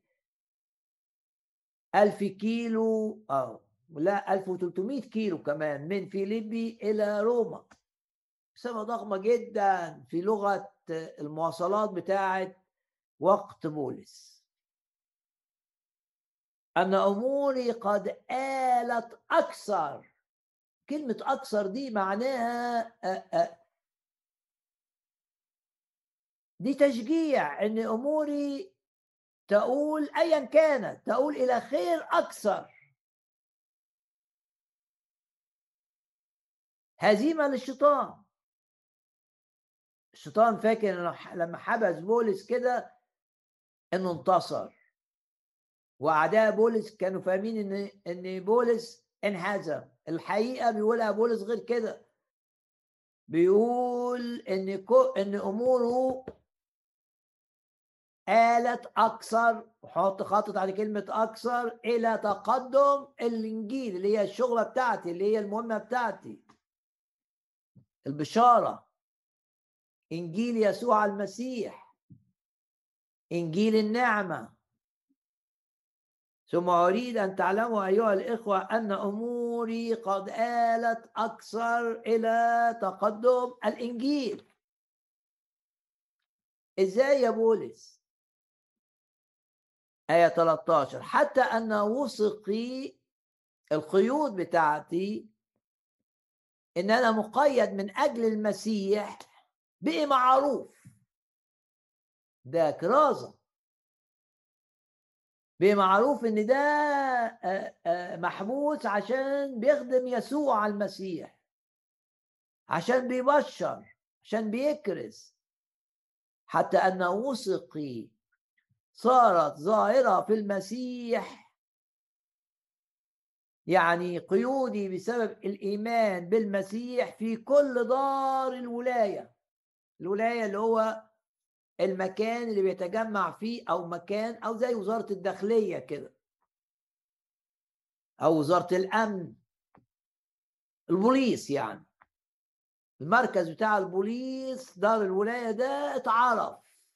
A: 1000 كيلو، لا 1300 كيلو كمان من فيليبي إلى روما. مسافة ضخمة جدا في لغة المواصلات بتاعة وقت بولس. أن أموري قد آلت أكثر. كلمة أكثر دي معناها دي تشجيع، أن أموري تقول أيا كانت تقول إلى خير أكثر. هزيمة للشيطان. الشيطان فاكر إنه لما حبس بولس كده إنه انتصر، وأعداء بولس كانوا فاهمين إن بولس انهزم. الحقيقة بيقولها بولس غير كده، بيقول إن أموره آلت أكثر، وحط خطط على كلمة أكثر، إلى تقدم الإنجيل اللي هي الشغلة بتاعتي، اللي هي المهمة بتاعتي، البشارة، إنجيل يسوع المسيح، إنجيل النعمة. ثم أريد أن تعلموا أيها الإخوة أن أموري قد آلت أكثر إلى تقدم الإنجيل. إزاي يا بولس؟ آية 13: حتى أن وثقي، القيود بتاعتي، إن أنا مقيد من أجل المسيح بقي معروف. ده كرازة. بمعروف ان ده محبوس عشان بيخدم يسوع المسيح، عشان بيبشر، عشان بيكرز. حتى ان وثقي صارت ظاهرة في المسيح، يعني قيودي بسبب الإيمان بالمسيح في كل دار الولاية. الولاية اللي هو المكان اللي بيتجمع فيه، أو مكان أو زي وزارة الداخلية كده، أو وزارة الأمن، البوليس يعني. المركز بتاع البوليس دار الولاية ده اتعرف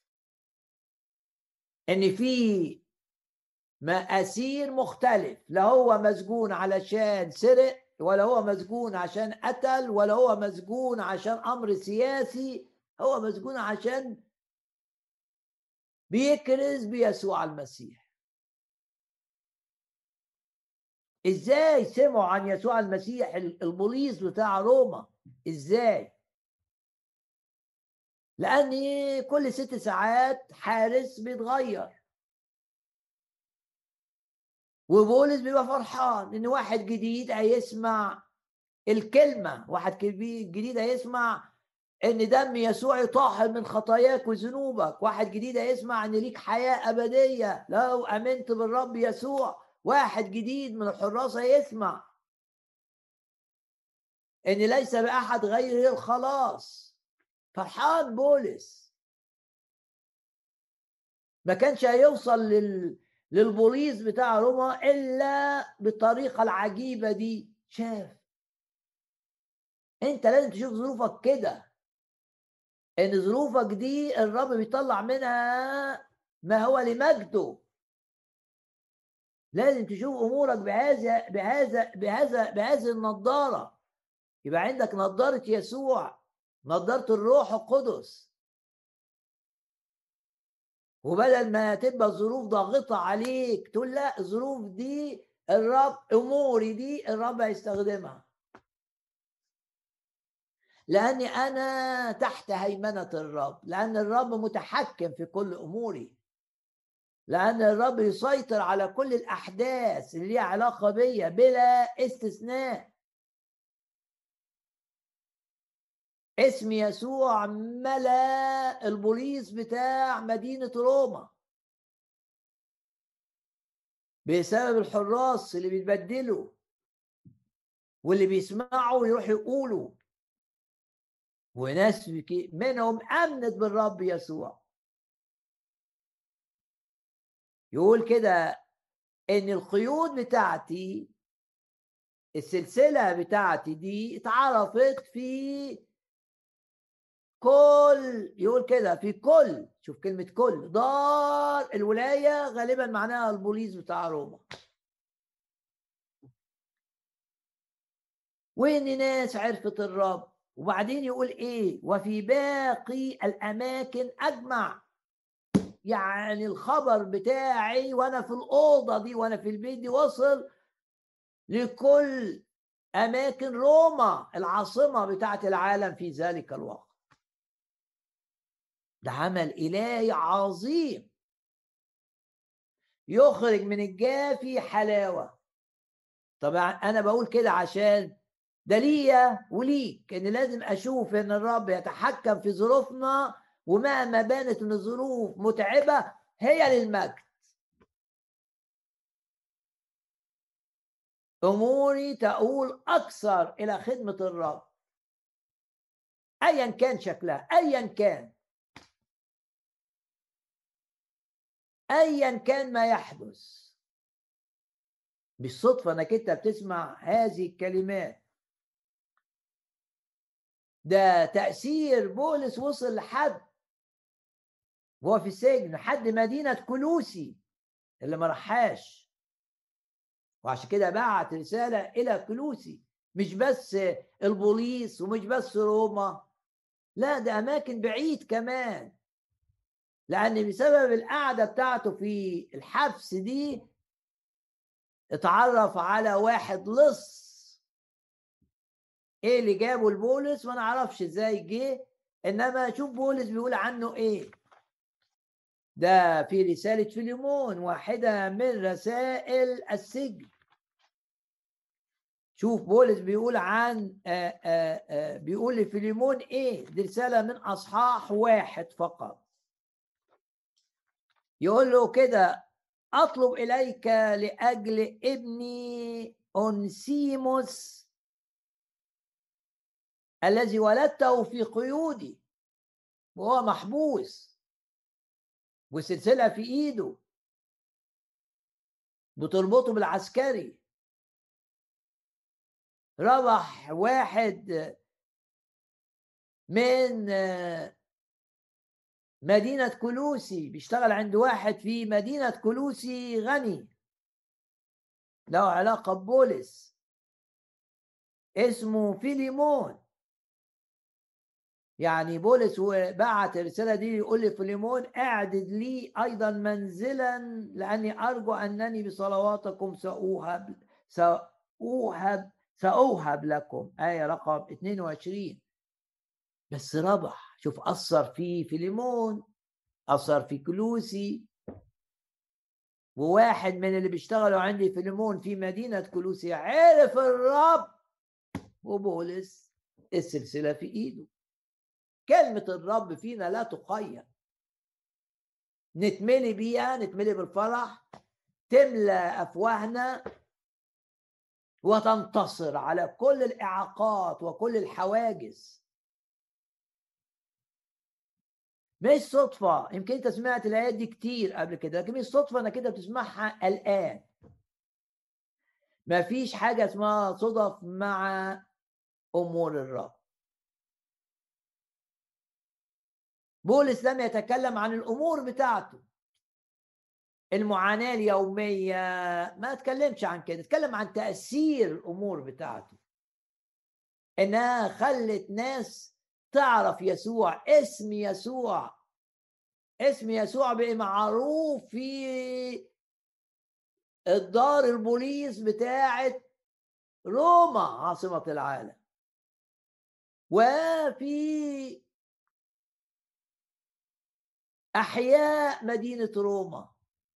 A: إن في مآسير مختلف، لا هو مسجون علشان سرق، ولا هو مسجون عشان قتل، ولا هو مسجون عشان أمر سياسي، هو مسجون عشان بيكرز بيسوع المسيح. ازاي سمعوا عن يسوع المسيح البوليس بتاع روما؟ ازاي؟ لان كل 6 ساعات حارس بيتغير، وبولس بيبقى فرحان ان واحد جديد هيسمع الكلمه، واحد جديد هيسمع ان دم يسوع يطهر من خطاياك وذنوبك، واحد جديد هيسمع ان ليك حياه ابديه لو امنت بالرب يسوع، واحد جديد من الحراس هيسمع ان ليس باحد غير الخلاص. فرحان بولس. ما كانش هيوصل للبوليس بتاع روما الا بالطريقه العجيبه دي. شاف، انت لازم تشوف ظروفك كده، ان ظروفك دي الرب بيطلع منها ما هو لمجده. لازم تشوف امورك بهذه النضاره. يبقى عندك نضاره يسوع، نضاره الروح القدس. وبدل ما تبقى الظروف ضاغطه عليك تقول لا، الظروف دي الرب، اموري دي الرب هيستخدمها، لاني انا تحت هيمنه الرب، لان الرب متحكم في كل اموري، لان الرب يسيطر على كل الاحداث اللي ليها علاقه بيا بلا استثناء. اسم يسوع ملا البوليس بتاع مدينه روما بسبب الحراس اللي بيتبدلوا، واللي بيسمعوا يروح يقولوا، وناس منهم امنت بالرب يسوع. يقول كده ان القيود بتاعتي، السلسله بتاعتي دي اتعرفت في كل، يقول كده في كل، شوف كلمه كل، دار الولايه، غالبا معناها البوليس بتاع روما. وان ناس عرفت الرب. وبعدين يقول ايه؟ وفي باقي الاماكن اجمع. يعني الخبر بتاعي وانا في الاوضه دي وانا في البيت دي وصل لكل اماكن روما العاصمه بتاعت العالم في ذلك الوقت. ده عمل الهي عظيم يخرج من الجافي حلاوه. طبعا انا بقول كده عشان ده ليا وليك، ان لازم اشوف ان الرب يتحكم في ظروفنا، ومهما بانت ان الظروف متعبه هي للمجد. اموري تؤول اكثر الى خدمه الرب ايا كان شكلها، ايا كان ما يحدث. بالصدفه انك انت بتسمع هذه الكلمات. ده تاثير بولس وصل لحد وهو في السجن، لحد مدينه كلوسي اللي ما راحهاش، وعشان كده بعت رساله الى كلوسي. مش بس البوليس ومش بس روما، لا ده اماكن بعيد كمان، لان بسبب القعده بتاعته في الحبس دي اتعرف على واحد لص. ايه اللي جابه لبولس؟ ما نعرفش ازاي جه، انما شوف بولس بيقول عنه ايه. ده في رسالة فيليمون، واحدة من رسائل السجن. شوف بولس بيقول عن بيقول لفيليمون ايه. دي رسالة من اصحاح 1 فقط. يقول له كده: أطلب إليك لأجل ابني أونسيموس الذي ولدته في قيودي، وهو محبوس وسلسلة في إيده بتربطه بالعسكري. ربح واحد من مدينة كلوسي، بيشتغل عند واحد في مدينة كلوسي غني له علاقة ببولس اسمه فيليمون. يعني بولس بعت الرسالة دي يقول لفيليمون: اعدد لي أيضا منزلا، لأني أرجو أنني بصلواتكم سأوهب لكم. آية رقم 22. بس ربح، شوف، أثر في فيليمون، أثر في كلوسي، وواحد من اللي بيشتغلوا عندي فيليمون في مدينة كلوسي عرف الرب، وبولس السلسلة في إيده. كلمة الرب فينا لا تقيم، نتملي بيها، نتملي بالفرح، تملى أفواهنا وتنتصر على كل الإعاقات وكل الحواجز. مش صدفة، يمكن انت سمعت الآيات دي كتير قبل كده، لكن مش صدفة انك كده بتسمعها الآن. مفيش حاجة اسمها صدف مع أمور الرب. بولس لم يتكلم عن الأمور بتاعته، المعاناة اليومية، ما اتكلمش عن كده، اتكلم عن تأثير الأمور بتاعته، إنها خلت ناس تعرف يسوع. اسم يسوع، اسم يسوع بقى معروف في الدار البوليس بتاعة روما عاصمة العالم، وفي أحياء مدينة روما،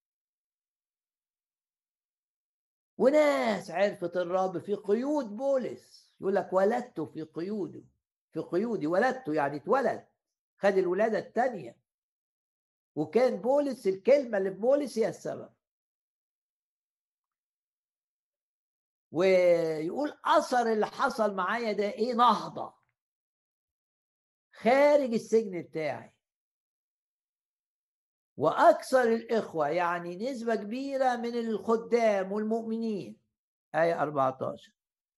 A: وناس عرفت الرب في قيود بولس. يقول لك: ولدته في قيوده، في قيودي، ولدته يعني اتولد، خد الولادة الثانية، وكان بولس، الكلمة اللي في بولس هي السبب. ويقول أثر اللي حصل معايا ده إيه؟ نهضة خارج السجن بتاعي، وأكثر الإخوة، يعني نسبة كبيرة من الخدام والمؤمنين، آية 14،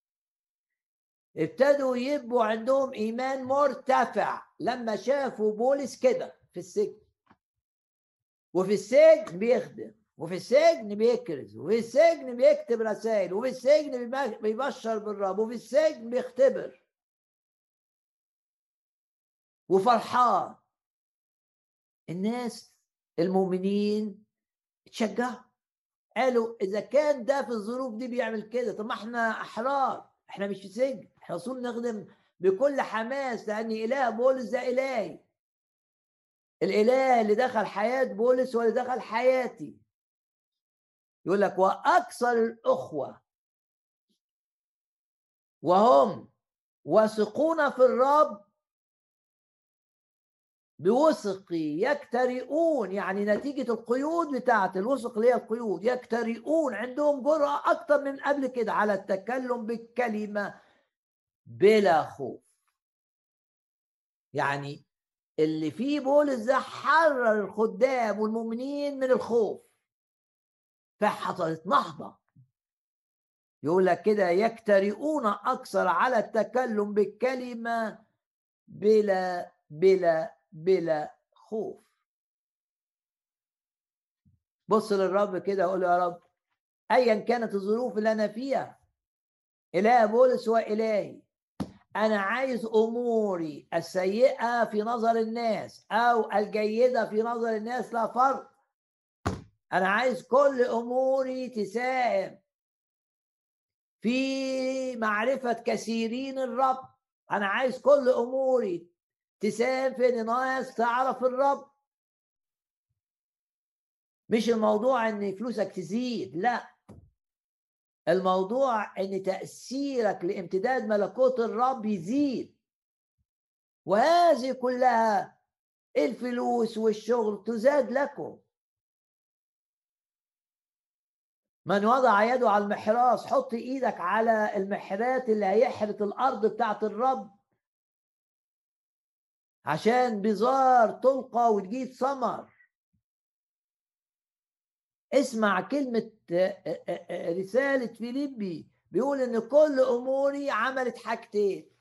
A: ابتدوا يبقوا عندهم إيمان مرتفع لما شافوا بولس كده في السجن. وفي السجن بيخدم، وفي السجن بيكرز، وفي السجن بيكتب رسائل، وفي السجن بيبشر بالرب، وفي السجن بيختبر وفرحان. الناس المؤمنين اتشجعوا، قالوا: إذا كان ده في الظروف دي بيعمل كده، طب ما احنا أحرار، احنا مش في سجن، احنا رسول نخدم بكل حماس، لأن إله بولس ده إلهي، الإله اللي دخل حياة بولس واللي دخل حياتي. يقول لك: وأكثر الأخوة وهم واثقون في الرب بوثق يكترئون، يعني نتيجة القيود بتاعت الوثق اللي هي القيود، يكترئون، عندهم جرأة أكتر من قبل كده على التكلم بالكلمة بلا خوف. يعني اللي فيه بولس ده حرر الخدام والمؤمنين من الخوف، فحصلت نهضة. يقول لك كده: يكترئون أكثر على التكلم بالكلمة بلا خوف. بص للرب كده وقول: يا رب، ايا كانت الظروف اللي انا فيها، اله بولس هو الهي. انا عايز اموري السيئه في نظر الناس او الجيده في نظر الناس لا فرق، انا عايز كل اموري تساهم في معرفه كثيرين الرب. انا عايز كل اموري تساهم في ان ناس تعرف الرب. مش الموضوع ان فلوسك تزيد، لا، الموضوع ان تأثيرك لامتداد ملكوت الرب يزيد. وهذه كلها الفلوس والشغل تزاد لكم، من وضع يده على المحراث، حط ايدك على المحرات اللي هيحرث الارض بتاعت الرب عشان بذار تلقى وتجيب ثمر. اسمع كلمة رسالة فيليبي، بيقول ان كل اموري عملت حاجتين: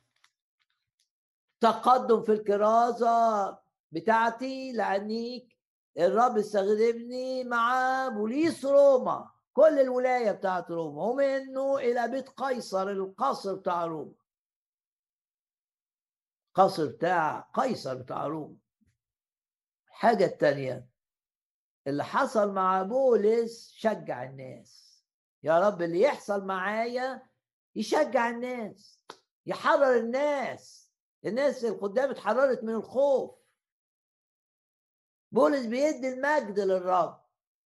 A: تقدم في الكرازة بتاعتي لاني الرب استخدمني مع بوليس روما، كل الولاية بتاعت روما، ومنه الى بيت قيصر، القصر بتاع روما، قصر بتاع قيصر بتاع روما. الحاجة التانية اللي حصل مع بولس، شجع الناس. يا رب اللي يحصل معايا يشجع الناس، يحرر الناس. الناس القدام اتحررت من الخوف. بولس بيدي المجد للرب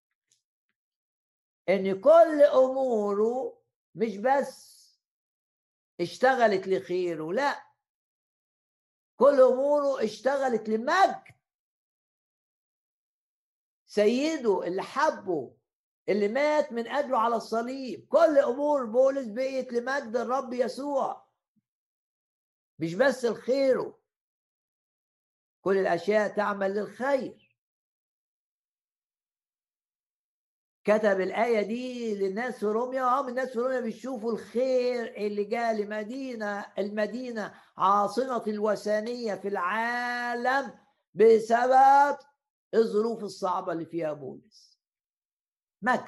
A: ان كل اموره مش بس اشتغلت لخيره، لا، كل اموره اشتغلت لمجد سيده اللي حبه، اللي مات من اجله على الصليب. كل امور بولس بقيت لمجد الرب يسوع، مش بس لخيره. كل الاشياء تعمل للخير. كتب الايه دي للناس في روميا، وهم الناس في روميا بيشوفوا الخير اللي جاء المدينه عاصمه الوثنيه في العالم بسبب الظروف الصعبه اللي فيها بولس. مجد.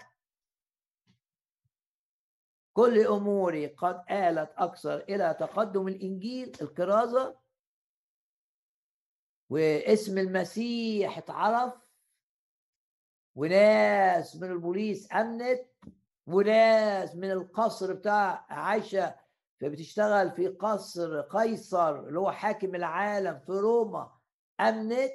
A: كل اموري قد آلت اكثر الى تقدم الانجيل، الكرازه، واسم المسيح اتعرف، وناس من البوليس امنت، وناس من القصر بتاع عايشه فبتشتغل في قصر قيصر اللي هو حاكم العالم في روما امنت.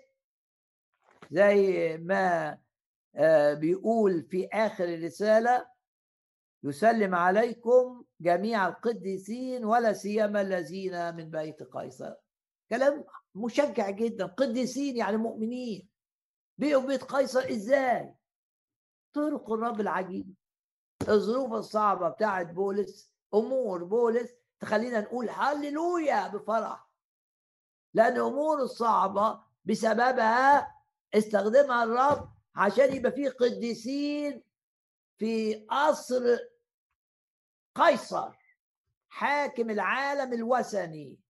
A: زي ما بيقول في اخر الرساله: يسلم عليكم جميع القديسين ولا سيما الذين من بيت قيصر. كلام مشجع جدا. قديسين يعني مؤمنين. بقوا بيت قيصر ازاي؟ طرق الرب العجيب. الظروف الصعبه بتاعت بولس، امور بولس تخلينا نقول هللويا بفرح، لان امور الصعبه بسببها استخدمها الرب عشان يبقى فيه قديسين في قصر قيصر حاكم العالم الوثني.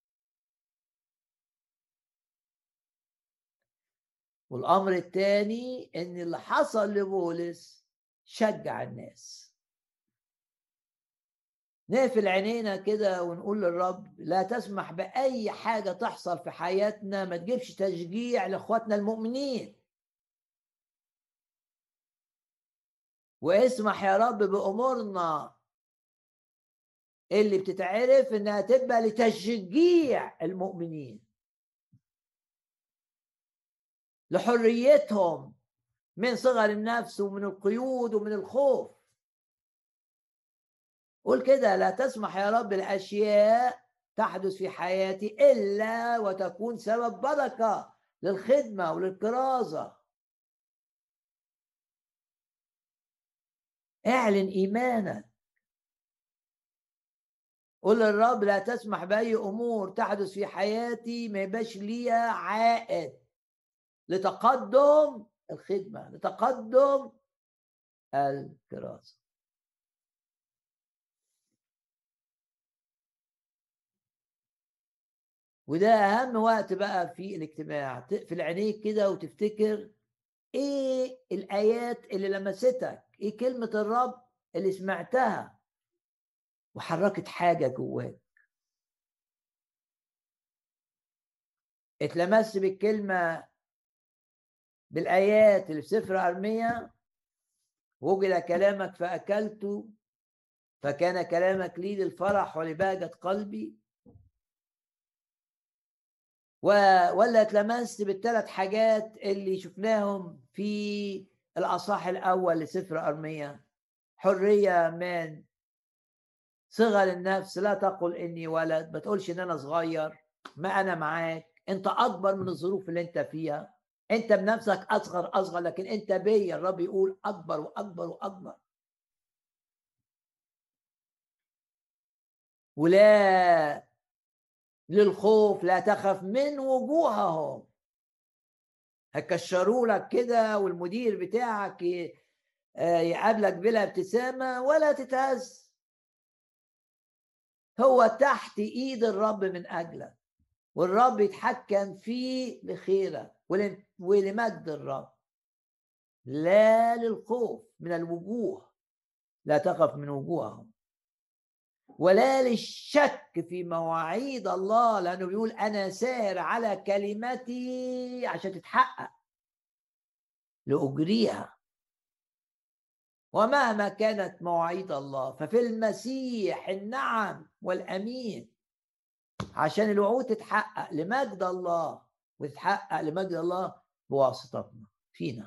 A: والامر الثاني ان اللي حصل لبولس شجع الناس. نقفل عينينا كده ونقول للرب: لا تسمح باي حاجه تحصل في حياتنا ما تجيبش تشجيع لاخواتنا المؤمنين. واسمح يا رب بامورنا اللي بتتعرف انها تبقى لتشجيع المؤمنين، لحريتهم من صغر النفس ومن القيود ومن الخوف. قول كده: لا تسمح يا رب الاشياء تحدث في حياتي الا وتكون سبب بركه للخدمه وللكرازه. اعلن ايمانك. قول للرب: لا تسمح باي امور تحدث في حياتي ما يبقاش ليها عائد لتقدم الخدمه، لتقدم الكرازه. وده اهم وقت بقى في الاجتماع. تقفل عينيك كده وتفتكر ايه الايات اللي لمستك، ايه كلمة الرب اللي سمعتها وحركت حاجة جواك. اتلمست بالكلمة، بالايات اللي في سفر ارميا: وجد كلامك فاكلت فكان كلامك لي للفرح ولبهجة قلبي. ولا اتلمست بالثلاث حاجات اللي شفناهم في الاصحاح الاول لسفر ارميا: حرية من صغر النفس، لا تقل اني ولد، ما تقولش ان انا صغير، ما انا معاك، انت اكبر من الظروف اللي انت فيها، انت بنفسك اصغر لكن انت بيا الرب يقول اكبر واكبر واكبر. ولا للخوف، لا تخف من وجوههم. هيكشروا لك كده، والمدير بتاعك يقابلك بلا ابتسامة ولا تتهز. هو تحت ايد الرب من اجلك، والرب يتحكم فيه لخيرك ولمجد الرب، لا للخوف من الوجوه، لا تخف من وجوههم، ولا للشك في مواعيد الله، لأنه بيقول أنا سائر على كلمتي عشان تتحقق لأجريها. ومهما كانت مواعيد الله ففي المسيح النعم والأمين، عشان الوعود تتحقق لمجد الله، وتتحقق لمجد الله بواسطتنا فينا.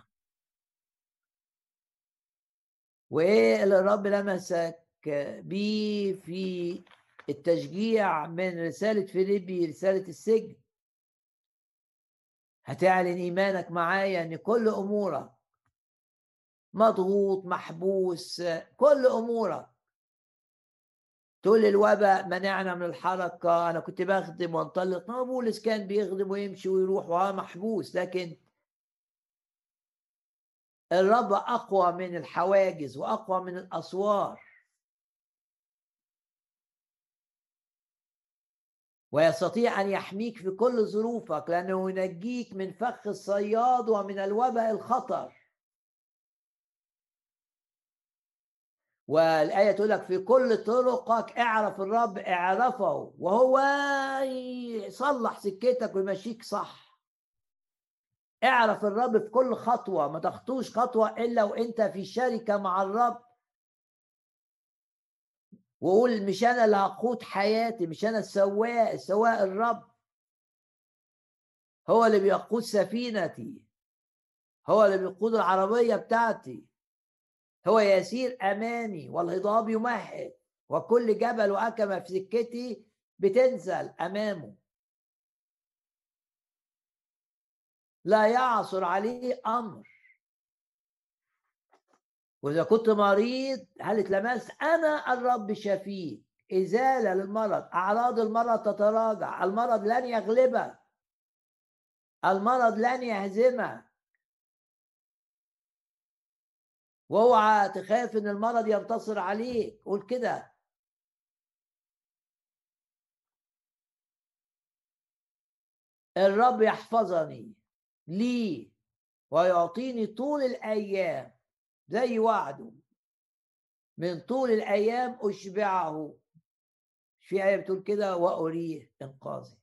A: وإيه اللي الرب لمسك بيه في التشجيع من رسالة فيليبي، رسالة السجن؟ هتعلن إيمانك معايا إن كل أمورك مضغوط محبوس، كل أمورك. تقول الوباء منعنا من الحركة، أنا كنت بخدم وانطلق. ما بولس كان بيخدم ويمشي ويروح وهو محبوس، لكن الرب أقوى من الحواجز وأقوى من الأسوار، ويستطيع أن يحميك في كل ظروفك، لأنه ينجيك من فخ الصياد ومن الوباء الخطر. والآية تقول لك في كل طرقك اعرف الرب، اعرفه وهو يصلح سكتك ويمشيك صح. اعرف الرب في كل خطوة، ما تخطوش خطوة إلا وإنت في شركة مع الرب. وقول مش أنا اللي هقود حياتي، مش أنا السواق الرب هو اللي بيقود سفينتي، هو اللي بيقود العربية بتاعتي، هو يسير أمامي والهضاب يمهد، وكل جبل وأكمة في سكتي بتنزل أمامه، لا يعثر عليه أمر. وإذا كنت مريض هل اتلمست أنا الرب شفيك. إزالة للمرض، أعراض المرض تتراجع، المرض لن يغلبك، المرض لن يهزمك. واوعى تخاف ان المرض ينتصر عليك. قول كده، الرب يحفظني لي ويعطيني طول الأيام، زي وعده من طول الأيام أشبعه. في آية بتقول كده وأريه إنقاذي.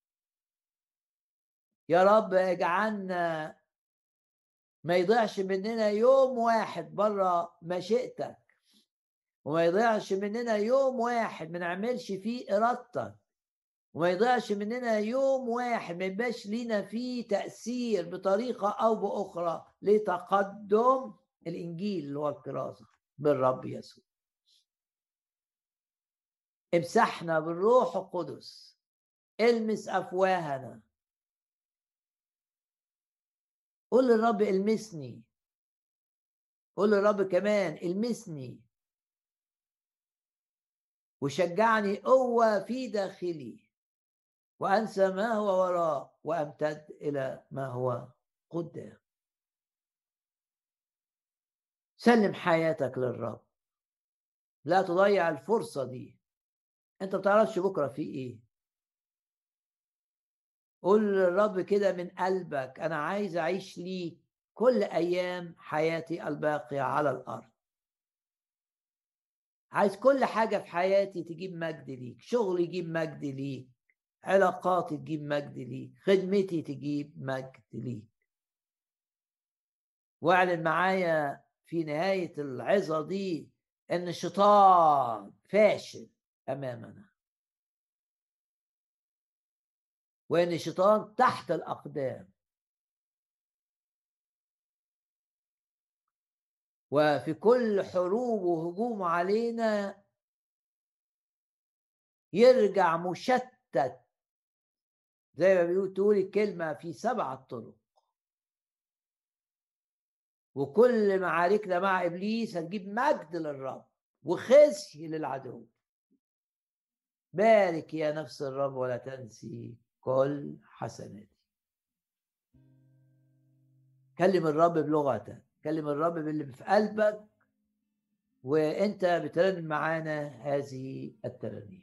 A: يا رب اجعلنا ما يضيعش مننا يوم واحد بره مشيئتك، وما يضيعش مننا يوم واحد ما نعملش فيه إرادتك، وما يضيعش مننا يوم واحد ما يبقاش لينا فيه تأثير بطريقة أو بأخرى لتقدم الإنجيل اللي هو الكرازة بالرب يسوع. امسحنا بالروح القدس، المس أفواهنا. قول للرب المسني، قول للرب كمان المسني وشجعني قوة في داخلي، وأنسى ما هو وراء وأمتد إلى ما هو قدام. سلم حياتك للرب، لا تضيع الفرصة دي. انت بتعرفش بكرة في ايه. قول للرب كده من قلبك انا عايز اعيش ليك كل ايام حياتي الباقية على الارض. عايز كل حاجة في حياتي تجيب مجد ليك، شغل يجيب مجد ليك، علاقاتي تجيب مجد ليك، خدمتي تجيب مجد ليك. واعلن معايا في نهاية العظة دي ان الشيطان فاشل امامنا، وان الشيطان تحت الاقدام، وفي كل حروب وهجوم علينا يرجع مشتت، زي ما بيقول تقول الكلمة في 7 طرق. وكل معاركنا مع إبليس هتجيب مجد للرب وخزي للعدو. بارك يا نفس الرب ولا تنسي كل حسناتي. كلم الرب بلغتك، كلم الرب باللي في قلبك وانت بترنم معانا هذه الترانيم.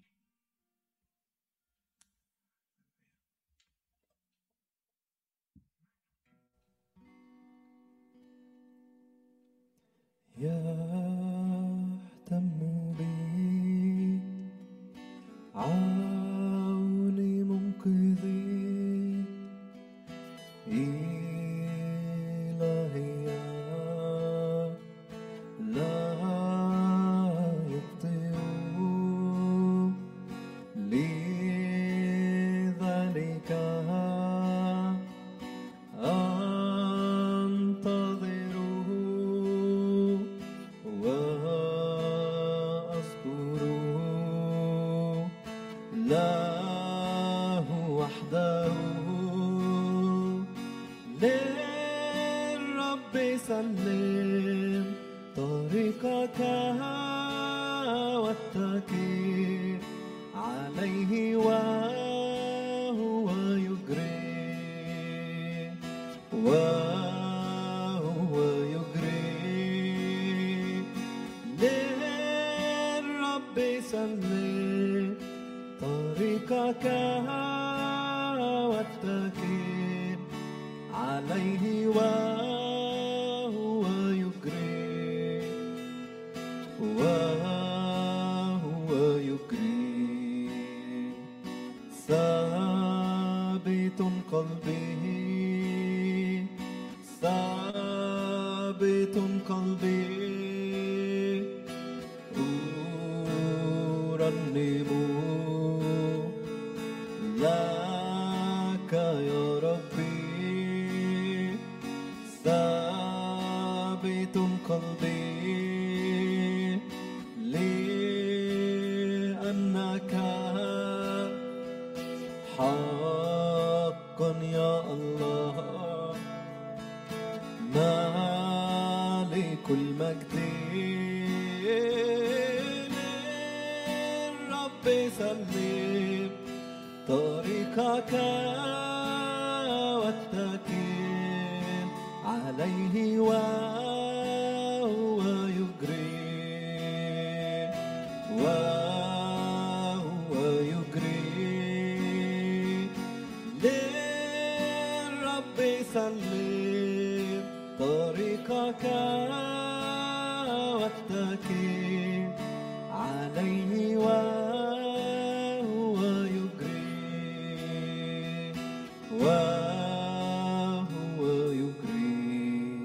B: يهتم بي عوني منقذي إلهي لا يبطئ لذلك أنتظره وأذكره له وحده للرب سلم طريقك واتكل عليه وهو يجري للرب سلم طريقك واتكل عليه وهو يجري ثابت قلبي ثابت قلبي أرنم لك يا ربي ثابت قلبي لأنك حقا يا الله مالك المجد للرب سلم طريقك واتكل عليه وهو يجري للرب سلم طريقك واتكل عليه وهو يجري.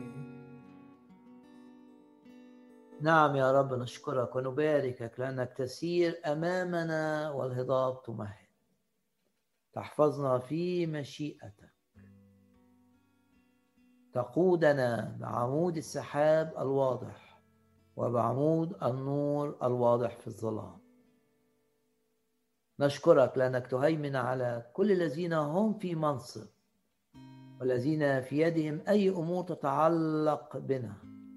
A: نعم يا رب، نشكرك ونباركك لأنك تسير أمامنا والهضاب تمهد، تحفظنا في مشيئتك، تقودنا بعمود السحاب الواضح وبعمود النور الواضح في الظلام. نشكرك لأنك تهيمن على كل الذين هم في منصب والذين في يدهم أي أمور تتعلق بنا،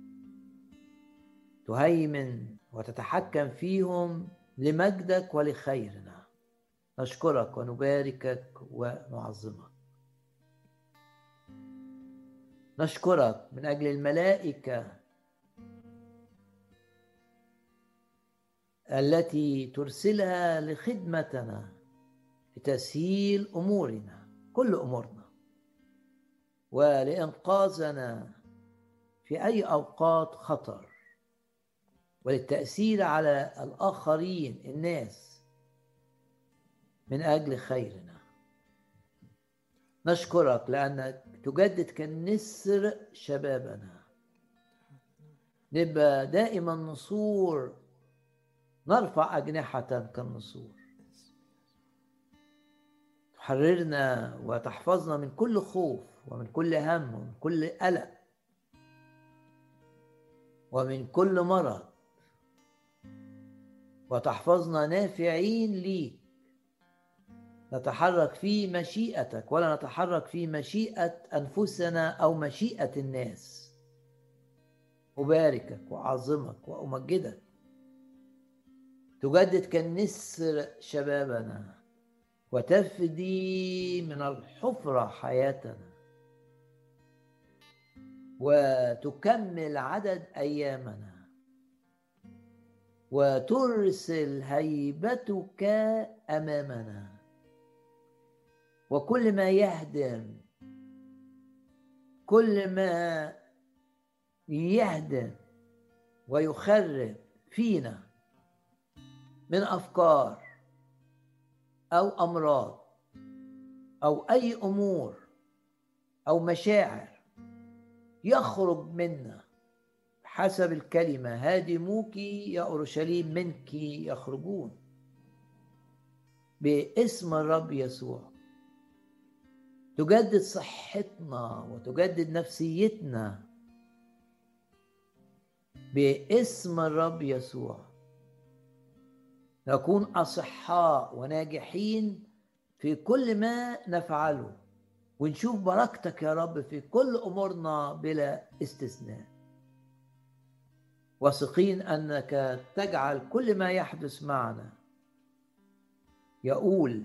A: تهيمن وتتحكم فيهم لمجدك ولخيرنا. نشكرك ونباركك ونعظمك. نشكرك من أجل الملائكة التي ترسلها لخدمتنا لتسهيل أمورنا، كل أمورنا، ولإنقاذنا في أي أوقات خطر، وللتأثير على الآخرين الناس من أجل خيرنا. نشكرك لأنك تجدد كالنسر شبابنا، نبقى دائما نسور، نرفع أجنحة كالنسور، تحررنا وتحفظنا من كل خوف ومن كل هم ومن كل قلق ومن كل مرض، وتحفظنا نافعين ليك، نتحرك في مشيئتك ولا نتحرك في مشيئة أنفسنا أو مشيئة الناس. أباركك وأعظمك وأمجدك تجدد كالنسر شبابنا وتفدي من الحفرة حياتنا وتكمل عدد أيامنا وترسل هيبتك أمامنا، وكل ما يهدم، كل ما يهدم ويخرب فينا من أفكار أو أمراض أو أي أمور أو مشاعر يخرج منا حسب الكلمة: هادموك يا أورشليم منك يخرجون. باسم الرب يسوع تجدد صحتنا وتجدد نفسيتنا باسم الرب يسوع، نكون أصحاء وناجحين في كل ما نفعله، ونشوف بركتك يا رب في كل أمورنا بلا استثناء، واثقين أنك تجعل كل ما يحدث معنا يؤول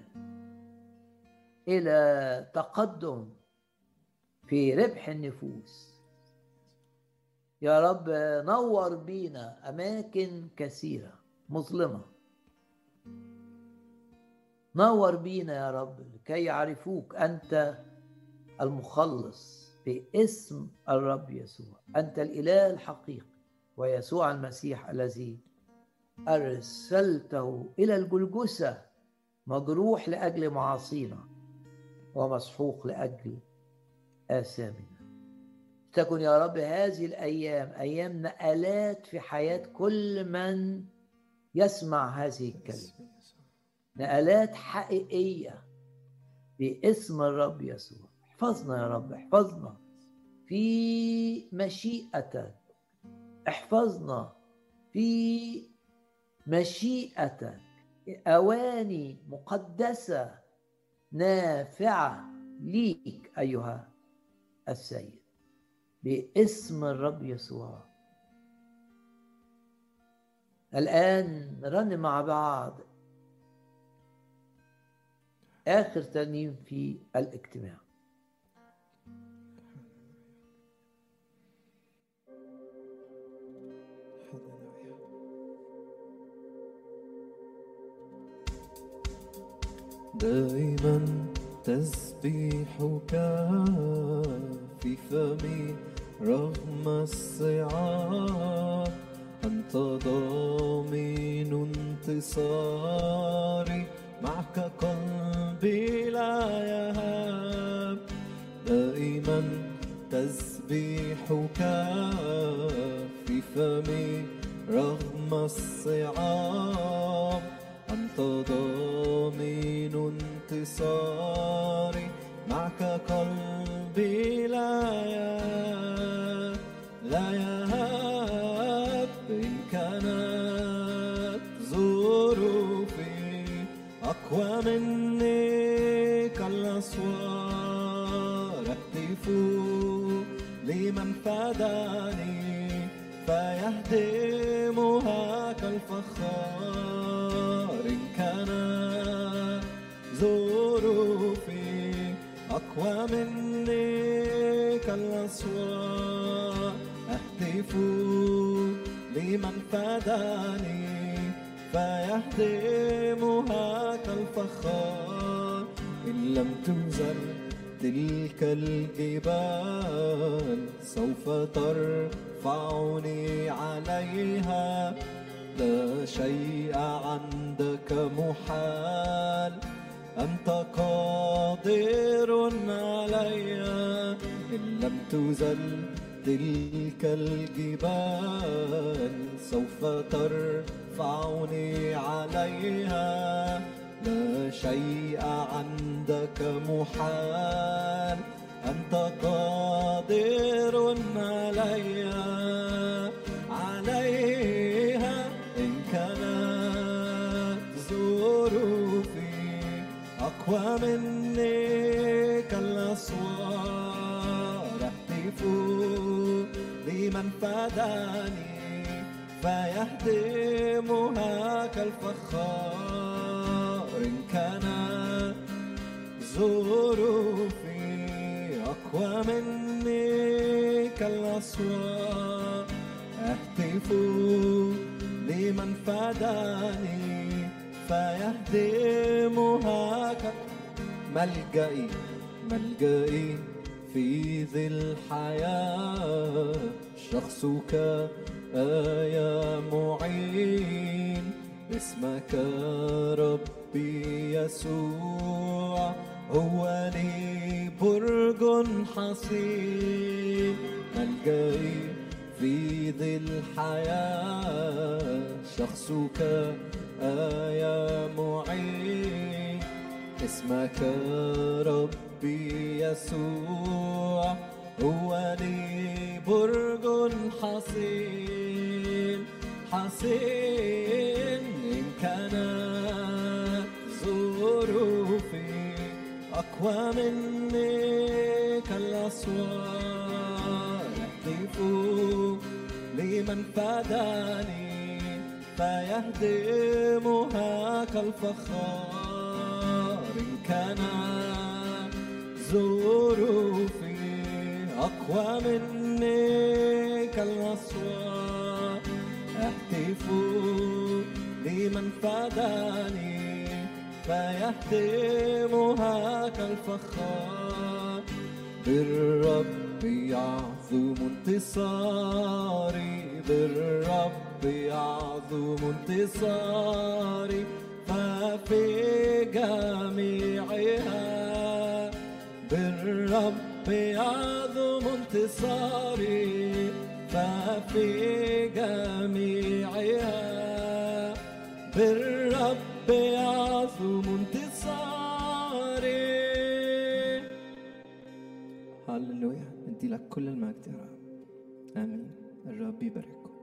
A: إلى تقدم في ربح النفوس. يا رب نور بينا أماكن كثيرة مظلمة، نور بينا يا رب لكي يعرفوك أنت المخلص باسم الرب يسوع. أنت الإله الحقيقي ويسوع المسيح الذي أرسلته إلى الجلجثة مجروح لأجل معاصينا ومسحوق لأجل آثامنا. تكن يا رب هذه الأيام أيام نقلات في حياة كل من يسمع هذه الكلمة، نقلات حقيقية باسم الرب يسوع. احفظنا يا رب، احفظنا في مشيئتك، احفظنا في مشيئتك، أواني مقدسة نافعة ليك أيها السيد باسم الرب يسوع. الآن نرنم مع بعض آخر ترنيم في الاجتماع.
B: دائما تسبيحك في فمي رغم الصعاب، أنت ضامن انتصاري، معك قلبي لا يهاب. دائما تسبيحك في فمي رغم الصعاب، أنت ضامن انتصاري، معك قلبي لا يهاب. إن كانت ظروفي أقوى مني كالأسوار، أهتف لمن فداني فيهدمها كالفخار. إن كانت ظروفي أقوى مني كالأسوار، أهتف لمن فداني فيهدمها كالفخار. إن لم تنزل تلك الجبال سوف ترفعني عليها، لا شيء عندك محال، أنت قادر علي. إن لم تزل تلك الجبال سوف ترفعني عليها، لا شيء عندك محال، أنت قادر عليها. إن كانت ظروفي أقوى مني كالأسوار، أهتف لمن فداني فيهدمها كالفخار. إن كانت ظروفي أقوى مني كالأصوات، أهتف لمن فداني فيهدمها ملجئي ملجئي في ذي الحياة، شخصك يا معين، اسمك ربي يسوع هو لي برج حصين. ملجئي في ذي الحياة، شخصك يا معين، اسمك ربي يسوع هو لي برج حصين. حصين إن كانت ظروفي أقوى مني كالأصوات، أهتف لمن فداني فيهدمها كالفخار. إن كانت ظروفي أقوى مني كالأصوات، أهتف لمن فداني فيهدمها كالفخار. بالرب يعظم انتصاري، بالرب يعظم انتصاري، ففي جميعها بالرب يعظم انتصاري، ففي جميعها بالرب يعظم انتصاري. هللويا، ندي لك كل المجد يا رب. آمين. الرب يبارككم.